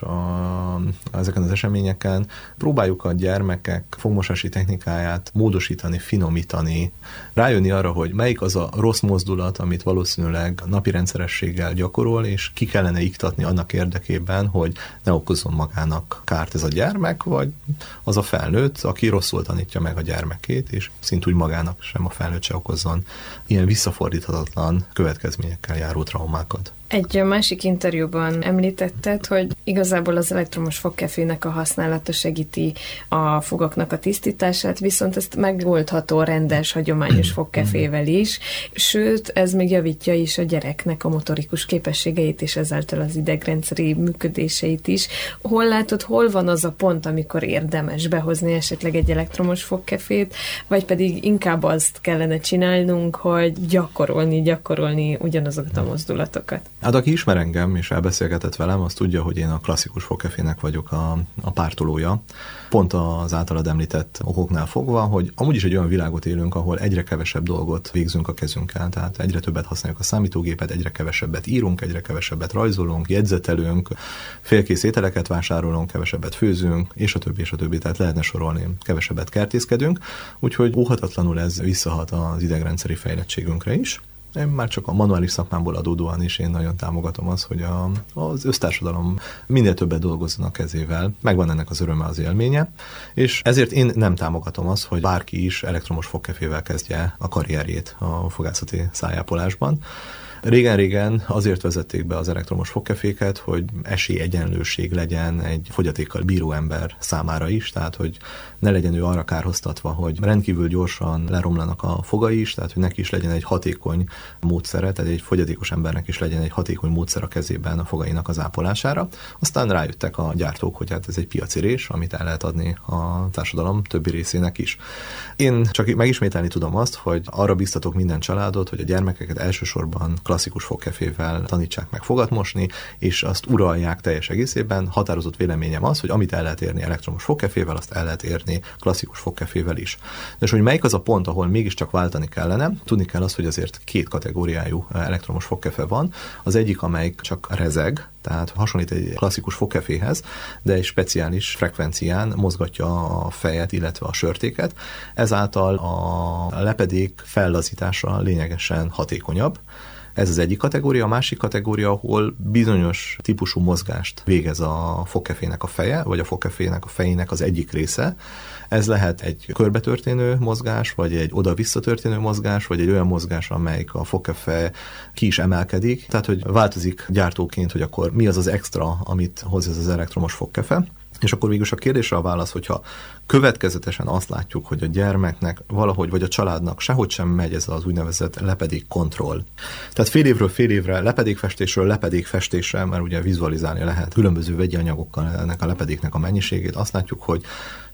S3: ezeken az eseményeken, próbáljuk a gyermekek fogmosási technikáját módosítani, finomítani, rájönni arra, hogy melyik az a rossz mozdulat, amit valószínűleg napi rendszerességgel gyakorol, és ki kellene iktatni annak érdekében, hogy ne okozzon magának kárt ez a gyermek, vagy az a felnőtt, aki rosszul tanítja meg a gyermekét, és szintúgy magának sem a felnőtt se okozzon ilyen visszafordíthatatlan következményekkel járó traumákat.
S2: Egy másik interjúban említetted, hogy igazából az elektromos fogkefének a használata segíti a fogaknak a tisztítását, viszont ezt megoldható rendes, hagyományos fogkefével is, sőt, ez még javítja is a gyereknek a motorikus képességeit, és ezáltal az idegrendszeri működéseit is. Hol látod, hol van az a pont, amikor érdemes behozni esetleg egy elektromos fogkefét, vagy pedig inkább azt kellene csinálnunk, hogy gyakorolni ugyanazokat a mozdulatokat?
S3: Hát aki ismer engem, és elbeszélgetett velem, az tudja, hogy én a klasszikus fogkefének vagyok a pártolója. Pont az általad említett okoknál fogva, hogy amúgy is egy olyan világot élünk, ahol egyre kevesebb dolgot végzünk a kezünkkel, tehát egyre többet használjuk a számítógépet, egyre kevesebbet írunk, egyre kevesebbet rajzolunk, jegyzetelünk, félkész ételeket vásárolunk, kevesebbet főzünk, és a többi, tehát lehetne sorolni, kevesebbet kertészkedünk, úgyhogy óhatatlanul ez visszahat az idegrendszeri fejlettségünkre is. Én már csak a manuális szakmámból adódóan is én nagyon támogatom azt, hogy az össztársadalom minél többet dolgozzon a kezével, megvan ennek az öröme, az élménye, és ezért én nem támogatom azt, hogy bárki is elektromos fogkefével kezdje a karrierjét a fogászati szájápolásban. Régen-régen azért vezették be az elektromos fogkeféket, hogy esélyegyenlőség legyen egy fogyatékkal bíró ember számára is, tehát hogy ne legyen ő arra kárhoztatva, hogy rendkívül gyorsan leromlanak a fogai is, tehát hogy neki is legyen egy hatékony módszere, tehát egy fogyatékos embernek is legyen egy hatékony módszer a kezében a fogainak az ápolására. Aztán rájöttek a gyártók, hogy hát ez egy piacirés, amit el lehet adni a társadalom többi részének is. Én csak megismételni tudom azt, hogy arra biztatok minden családot, hogy a gyermekeket elsősorban klasszikus fogkefével tanítsák meg fogat mosni, és azt uralják teljes egészében. Határozott véleményem az, hogy amit el lehet érni elektromos fogkefével, azt el lehet érni klasszikus fogkefével is. És hogy melyik az a pont, ahol mégiscsak váltani kellene, tudni kell azt, hogy azért két kategóriájú elektromos fogkefe van. Az egyik, amelyik csak rezeg, tehát hasonlít egy klasszikus fogkeféhez, de egy speciális frekvencián mozgatja a fejet, illetve a sörtéket. Ezáltal a lepedék fellazítása lényegesen hatékonyabb. Ez az egyik kategória, a másik kategória, ahol bizonyos típusú mozgást végez a fogkefének a feje, vagy a fogkefének a fejének az egyik része. Ez lehet egy körbe történő mozgás, vagy egy oda-vissza történő mozgás, vagy egy olyan mozgás, amelyik a fogkefe ki is emelkedik. Tehát, hogy változik gyártóként, hogy akkor mi az az extra, amit hoz ez az elektromos fogkefe. És akkor végül a kérdésre a válasz, hogyha következetesen azt látjuk, hogy a gyermeknek valahogy, vagy a családnak sehogy sem megy ez az úgynevezett lepedékkontroll. Tehát fél évre lepedékfestésről lepedékfestésre, mert ugye vizualizálni lehet különböző vegyi anyagokkal ennek a lepedéknek a mennyiségét. Azt látjuk, hogy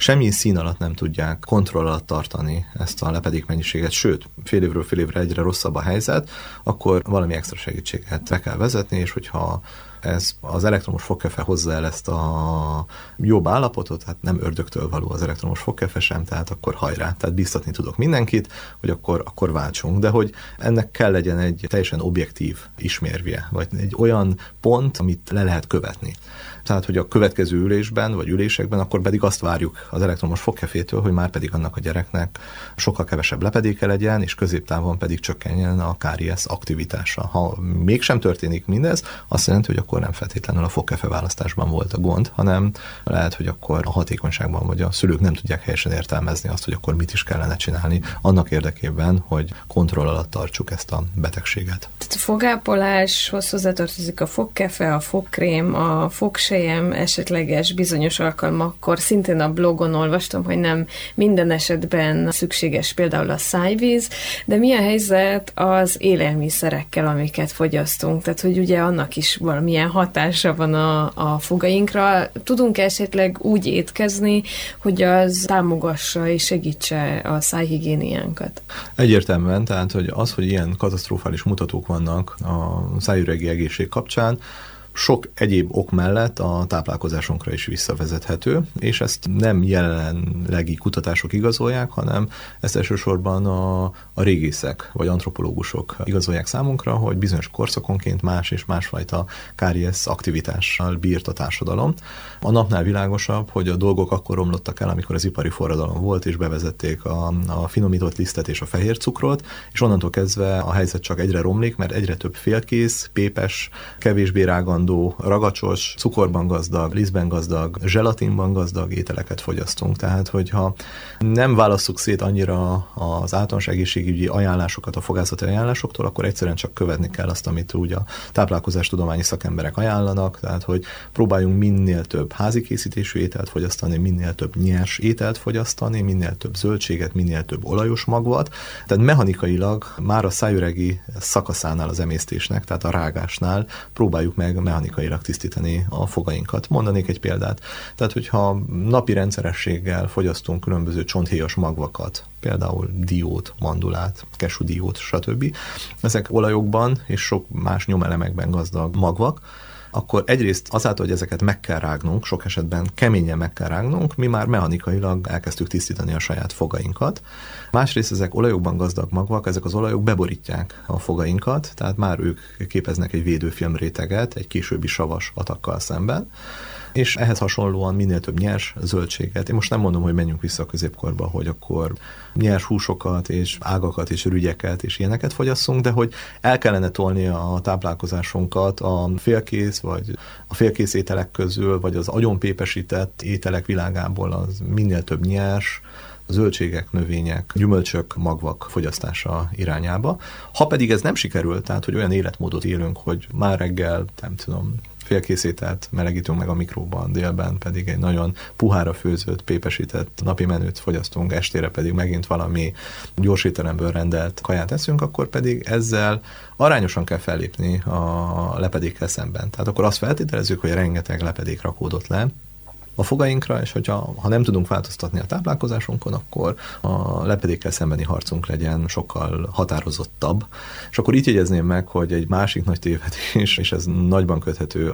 S3: semmi szín alatt nem tudják kontroll alatt tartani ezt a lepedék mennyiséget, sőt, fél évre egyre rosszabb a helyzet, akkor valami extra segítséget be kell vezetni, és hogyha ez az elektromos fogkefe hozza el ezt a jobb állapotot, hát nem ördögtől való az elektromos fogkefe sem, tehát akkor hajrá. Tehát bíztatni tudok mindenkit, hogy akkor váltsunk. De hogy ennek kell legyen egy teljesen objektív ismérvje, vagy egy olyan pont, amit le lehet követni. Tehát, hogy a következő ülésben, vagy ülésekben, akkor pedig azt várjuk az elektromos fogkefétől, hogy már pedig annak a gyereknek sokkal kevesebb lepedéke legyen, és középtávon pedig csökkenjen a káries aktivitása. Ha mégsem történik mindez, azt jelenti, hogy akkor nem feltétlenül a fogkefe választásban volt a gond, hanem lehet, hogy akkor a hatékonyságban, vagy a szülők nem tudják helyesen értelmezni azt, hogy akkor mit is kellene csinálni annak érdekében, hogy kontroll alatt tartsuk ezt a betegséget.
S2: Tehát a fogápoláshoz hozzátartozik a fogkefe, a fogkrém, a fogsejem, esetleges bizonyos alkalmakkor. Szintén a blogon olvastam, hogy nem minden esetben szükséges például a szájvíz, de mi a helyzet az élelmiszerekkel, amiket fogyasztunk? Tehát, hogy ugye annak is valamilyen hatása van a fogainkra. Tudunk esetleg úgy étkezni, hogy az támogassa és segítse a szájhigiéniánkat?
S3: Egyértelműen, tehát hogy ilyen katasztrofális mutatók vannak a szájüregi egészség kapcsán, sok egyéb ok mellett a táplálkozásunkra is visszavezethető, és ezt nem jelenlegi kutatások igazolják, hanem ezt elsősorban a régészek vagy antropológusok igazolják számunkra, hogy bizonyos korszakonként más és másfajta káries aktivitással bírt a társadalom. A napnál világosabb, hogy a dolgok akkor romlottak el, amikor az ipari forradalom volt, és bevezették a finomított lisztet és a fehér cukrot, és onnantól kezdve a helyzet csak egyre romlik, mert egyre több félkész, pépes, kevésbé rágandó, ragacsos, cukorban gazdag, lisztben gazdag, zselatinban gazdag ételeket fogyasztunk. Tehát, hogyha nem válasszuk szét annyira az általános egészségügyi ajánlásokat a fogászati ajánlásoktól, akkor egyszerűen csak követni kell azt, amit úgy a táplálkozástudományi szakemberek ajánlanak, tehát, hogy próbáljunk minél több házi készítésű ételt fogyasztani, minél több nyers ételt fogyasztani, minél több zöldséget, minél több olajos magvat. Tehát mechanikailag már a szájüregi szakaszánál az emésztésnek, tehát a rágásnál próbáljuk meg mechanikailag tisztítani a fogainkat. Mondanék egy példát. Tehát, hogyha napi rendszerességgel fogyasztunk különböző csonthéjas magvakat, például diót, mandulát, kesúdiót, stb. Ezek olajokban és sok más nyomelemekben gazdag magvak, akkor egyrészt azáltal, hogy ezeket meg kell rágnunk, sok esetben keményen meg kell rágnunk, mi már mechanikailag elkezdtük tisztítani a saját fogainkat. Másrészt ezek olajokban gazdag magvak, ezek az olajok beborítják a fogainkat, tehát már ők képeznek egy védőfilmréteget egy későbbi savas atakkal szemben, és ehhez hasonlóan minél több nyers zöldséget. Én most nem mondom, hogy menjünk vissza a középkorba, hogy akkor nyers húsokat és ágakat és rügyeket és ilyeneket fogyasszunk, de hogy el kellene tolni a táplálkozásunkat a félkész vagy a félkész ételek közül, vagy az agyonpépesített ételek világából az minél több nyers, zöldségek, növények, gyümölcsök, magvak fogyasztása irányába. Ha pedig ez nem sikerül, tehát hogy olyan életmódot élünk, hogy már reggel, nem tudom, félkészételt melegítünk meg a mikróban, délben pedig egy nagyon puhára főzött, pépesített napi menüt fogyasztunk, estére pedig megint valami gyorsétteremből rendelt kaját eszünk, akkor pedig ezzel arányosan kell fellépni a lepedékkel szemben. Tehát akkor azt feltételezzük, hogy rengeteg lepedék rakódott le a fogainkra, és ha nem tudunk változtatni a táplálkozásunkon, akkor a lepedékkel szembeni harcunk legyen sokkal határozottabb. És akkor itt jegyezném meg, hogy egy másik nagy tévedés, és ez nagyban köthető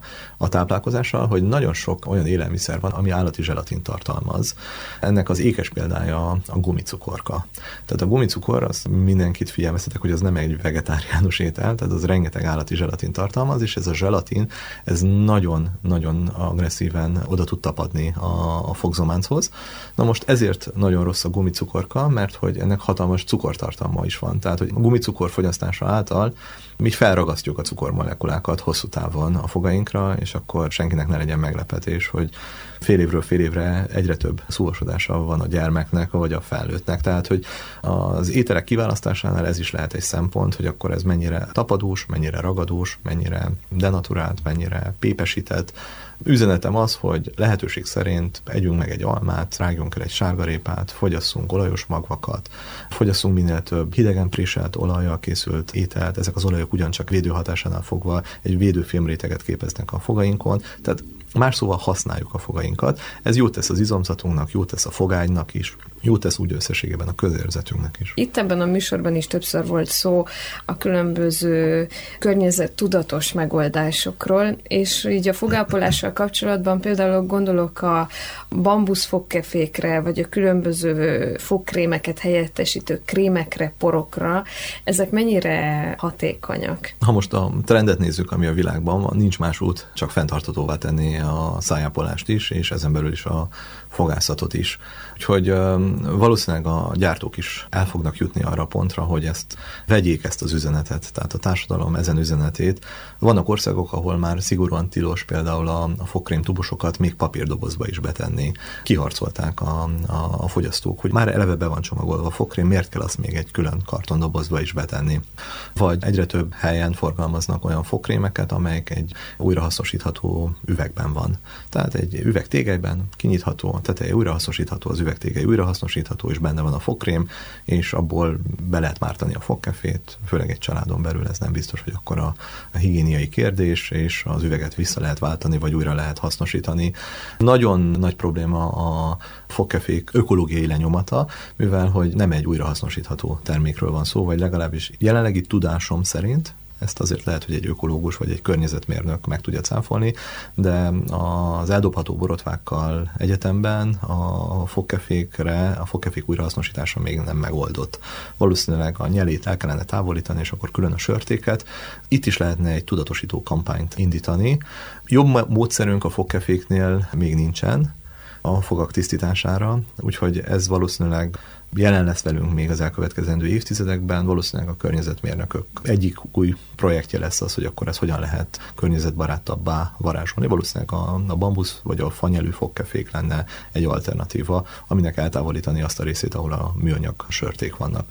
S3: a táplálkozással, hogy nagyon sok olyan élelmiszer van, ami állati zselatint tartalmaz. Ennek az ékes példája a gumicukorka. Tehát a gumicukor, azt mindenkit figyelmeztetek, hogy az nem egy vegetáriánus étel, tehát az rengeteg állati zselatint tartalmaz, és ez a zselatin, ez nagyon-nagyon agresszíven oda tud tapadni a fogzománchoz. Na most ezért nagyon rossz a gumicukorka, mert hogy ennek hatalmas cukortartalma is van. Tehát, hogy a gumicukor fogyasztása által mi felragasztjuk a cukormolekulákat hosszú távon a fogainkra, és akkor senkinek ne legyen meglepetés, hogy fél évre egyre több szúrosodása van a gyermeknek, vagy a felnőttnek. Tehát, hogy az ételek kiválasztásánál ez is lehet egy szempont, hogy akkor ez mennyire tapadós, mennyire ragadós, mennyire denaturált, mennyire pépesített. Üzenetem az, hogy lehetőség szerint együnk meg egy almát, rágjunk el egy sárgarépát, fogyasszunk olajos magvakat, fogyasszunk minél több hidegen préselt olajjal készült ételt, ezek az olajok ugyancsak védőhatásánál fogva egy védőfilmréteget képeznek a fogainkon, tehát Más szóval használjuk a fogainkat. Ez jót tesz az izomzatunknak, jót tesz a fogágynak is, jót tesz úgy összességében a közérzetünknek is.
S2: Itt ebben a műsorban is többször volt szó a különböző környezettudatos megoldásokról, és így a fogápolással kapcsolatban például gondolok a bambuszfogkefékre, vagy a különböző fogkrémeket helyettesítő krémekre, porokra. Ezek mennyire hatékonyak?
S3: Ha most a trendet nézzük, ami a világban van, nincs más út, csak fenntarthatóvá tenni a szájápolást is, és ezen belül is a fogászatot is. Úgyhogy valószínűleg a gyártók is el fognak jutni arra a pontra, hogy vegyék ezt az üzenetet, tehát a társadalom ezen üzenetét. Vannak országok, ahol már szigorúan tilos például a fogkrém tubosokat még papírdobozba is betenni. Kiharcolták a fogyasztók, hogy már eleve be van csomagolva a fogkrém, miért kell azt még egy külön kartondobozba is betenni. Vagy egyre több helyen forgalmaznak olyan fogkrémeket, amelyek egy újrahasznosítható üvegben van. Tehát egy üvegtégelyben kinyitható, a teteje újrahasznosítható, az üvegtégely újrahasznosítható, és benne van a fogkrém, és abból be lehet mártani a fogkefét, főleg egy családon belül ez nem biztos, hogy akkor a higiéniai kérdés, és az üveget vissza lehet váltani, vagy újra lehet hasznosítani. Nagyon nagy probléma a fogkefék ökológiai lenyomata, mivel hogy nem egy újrahasznosítható termékről van szó, vagy legalábbis jelenlegi tudásom szerint, ezt azért lehet, hogy egy ökológus vagy egy környezetmérnök meg tudja cáfolni, de az eldobható borotvákkal egyetemben a fogkefék újrahasznosítása még nem megoldott. Valószínűleg a nyelét el kellene távolítani, és akkor külön a sörtéket. Itt is lehetne egy tudatosító kampányt indítani. Jobb módszerünk a fogkeféknél még nincsen a fogak tisztítására, úgyhogy ez valószínűleg jelen lesz velünk még az elkövetkezendő évtizedekben, valószínűleg a környezetmérnökök egyik új projektje lesz az, hogy akkor ez hogyan lehet környezetbarátabbá varázsolni. Valószínűleg a bambusz vagy a fanyelű fogkefék lenne egy alternatíva, aminek eltávolítani azt a részét, ahol a műanyag sörték vannak.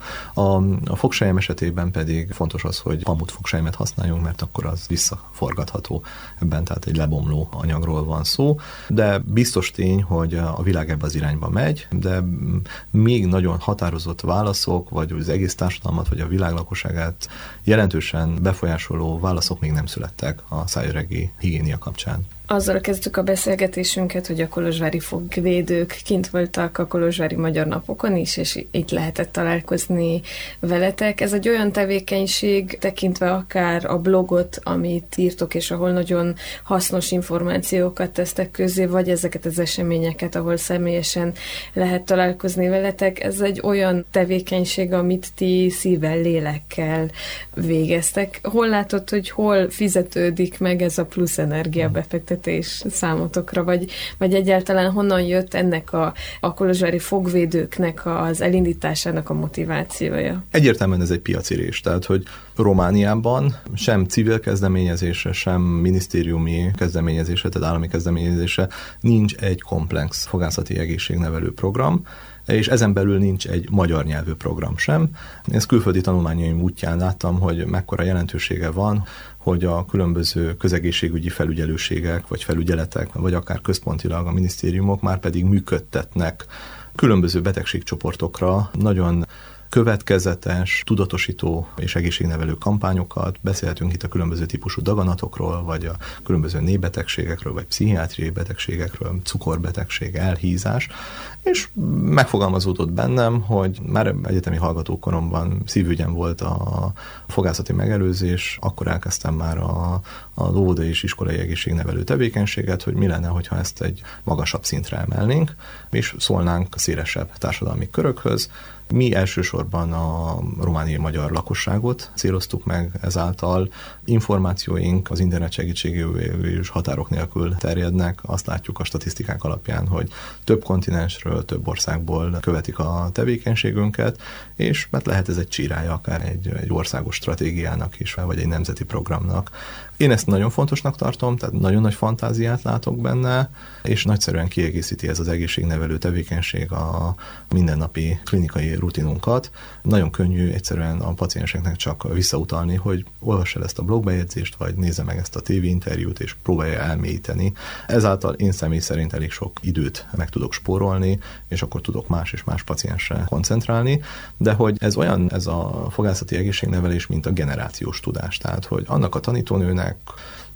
S3: A fogselyem esetében pedig fontos az, hogy pamut fogselymet használjunk, mert akkor az visszaforgatható ebben, tehát egy lebomló anyagról van szó, de biztos tény, hogy a világ ebbe az irányba megy, de még nagyon határozott válaszok, vagy az egész társadalmat, vagy a világ lakosságát jelentősen befolyásoló válaszok még nem születtek a szájöregi higiénia kapcsán.
S2: Azzal kezdtük a beszélgetésünket, hogy a kolozsvári fogvédők kint voltak a kolozsvári Magyar Napokon is, és itt lehetett találkozni veletek. Ez egy olyan tevékenység, tekintve akár a blogot, amit írtok, és ahol nagyon hasznos információkat tesztek közé, vagy ezeket az eseményeket, ahol személyesen lehet találkozni veletek. Ez egy olyan tevékenység, amit ti szívvel, lélekkel végeztek. Hol látod, hogy hol fizetődik meg ez a plusz energiabefektetés számotokra, vagy egyáltalán honnan jött ennek a kolozsvári fogvédőknek az elindításának a motivációja?
S3: Egyértelműen ez egy piacirés, tehát hogy Romániában sem civil kezdeményezése, sem minisztériumi kezdeményezése, tehát állami kezdeményezése nincs egy komplex fogászati egészségnevelő program, és ezen belül nincs egy magyar nyelvű program sem. Ezt külföldi tanulmányaim útján láttam, hogy mekkora jelentősége van, hogy a különböző közegészségügyi felügyelőségek, vagy felügyeletek, vagy akár központilag a minisztériumok már pedig működtetnek különböző betegségcsoportokra nagyon következetes, tudatosító és egészségnevelő kampányokat, beszélhetünk itt a különböző típusú daganatokról, vagy a különböző népbetegségekről, vagy pszichiátriai betegségekről, cukorbetegség, elhízás, és megfogalmazódott bennem, hogy már egyetemi hallgatókoromban szívügyem volt a fogászati megelőzés, akkor elkezdtem már az óvodai és iskolai egészségnevelő tevékenységet, hogy mi lenne, hogyha ezt egy magasabb szintre emelnénk, és szólnánk szélesebb társadalmi körökhöz. Mi elsősorban a romániai magyar lakosságot céloztuk meg ezáltal. Információink az internet segítségével és határok nélkül terjednek. Azt látjuk a statisztikák alapján, hogy több kontinensről, több országból követik a tevékenységünket, és mert lehet ez egy csírája akár egy országos stratégiának is, vagy egy nemzeti programnak. Én ezt nagyon fontosnak tartom, tehát nagyon nagy fantáziát látok benne, és nagyszerűen kiegészíti ez az egészségnevelő tevékenység a mindennapi klinikai rutinunkat. Nagyon könnyű egyszerűen a pacienseknek csak visszautalni, hogy olvassa el ezt a blogbejegyzést, vagy nézze meg ezt a tévéinterjút, és próbálja elmélyíteni. Ezáltal én személy szerint elég sok időt meg tudok spórolni, és akkor tudok más és más paciensre koncentrálni, de hogy ez a fogászati egészségnevelés, mint a generációs tudás. Tehát, hogy annak a tanítónőnek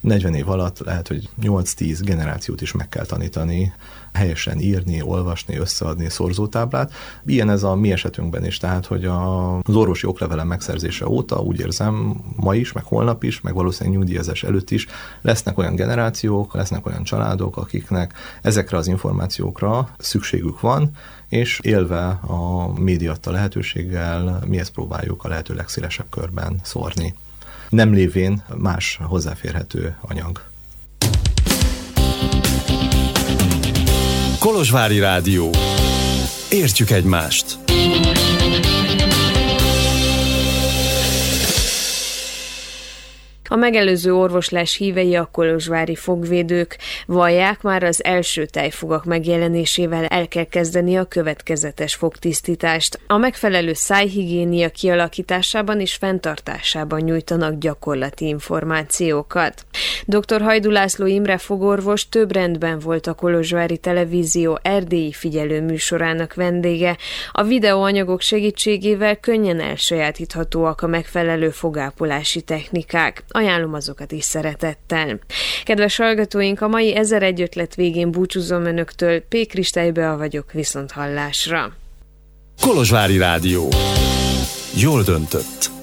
S3: 40 év alatt lehet, hogy 8-10 generációt is meg kell tanítani, helyesen írni, olvasni, összeadni szorzótáblát. Ilyen ez a mi esetünkben is, tehát, hogy az orvosi oklevelem megszerzése óta úgy érzem, ma is, meg holnap is, meg valószínűleg nyugdíjazás előtt is lesznek olyan generációk, lesznek olyan családok, akiknek ezekre az információkra szükségük van, és élve a média adta lehetőséggel mi ezt próbáljuk a lehető legszélesebb körben szórni. Nem lévén más hozzáférhető anyag.
S1: Kolozsvári Rádió. Értjük egymást!
S2: A megelőző orvoslás hívei a kolozsvári fogvédők. Vallják, már az első tejfogak megjelenésével el kell kezdeni a következetes fogtisztítást. A megfelelő szájhigiénia kialakításában és fenntartásában nyújtanak gyakorlati információkat. Dr. Hajdú László Imre fogorvos több rendben volt a Kolozsvári Televízió erdélyi figyelő műsorának vendége. A videóanyagok segítségével könnyen elsajátíthatóak a megfelelő fogápolási technikák. Ajánlom azokat is szeretettel. Kedves hallgatóink, a mai 1001 ötlet végén búcsúzom önöktől. P. Kristály Bea vagyok, viszonthallásra.
S1: Kolozsvári Rádió. Jól döntött.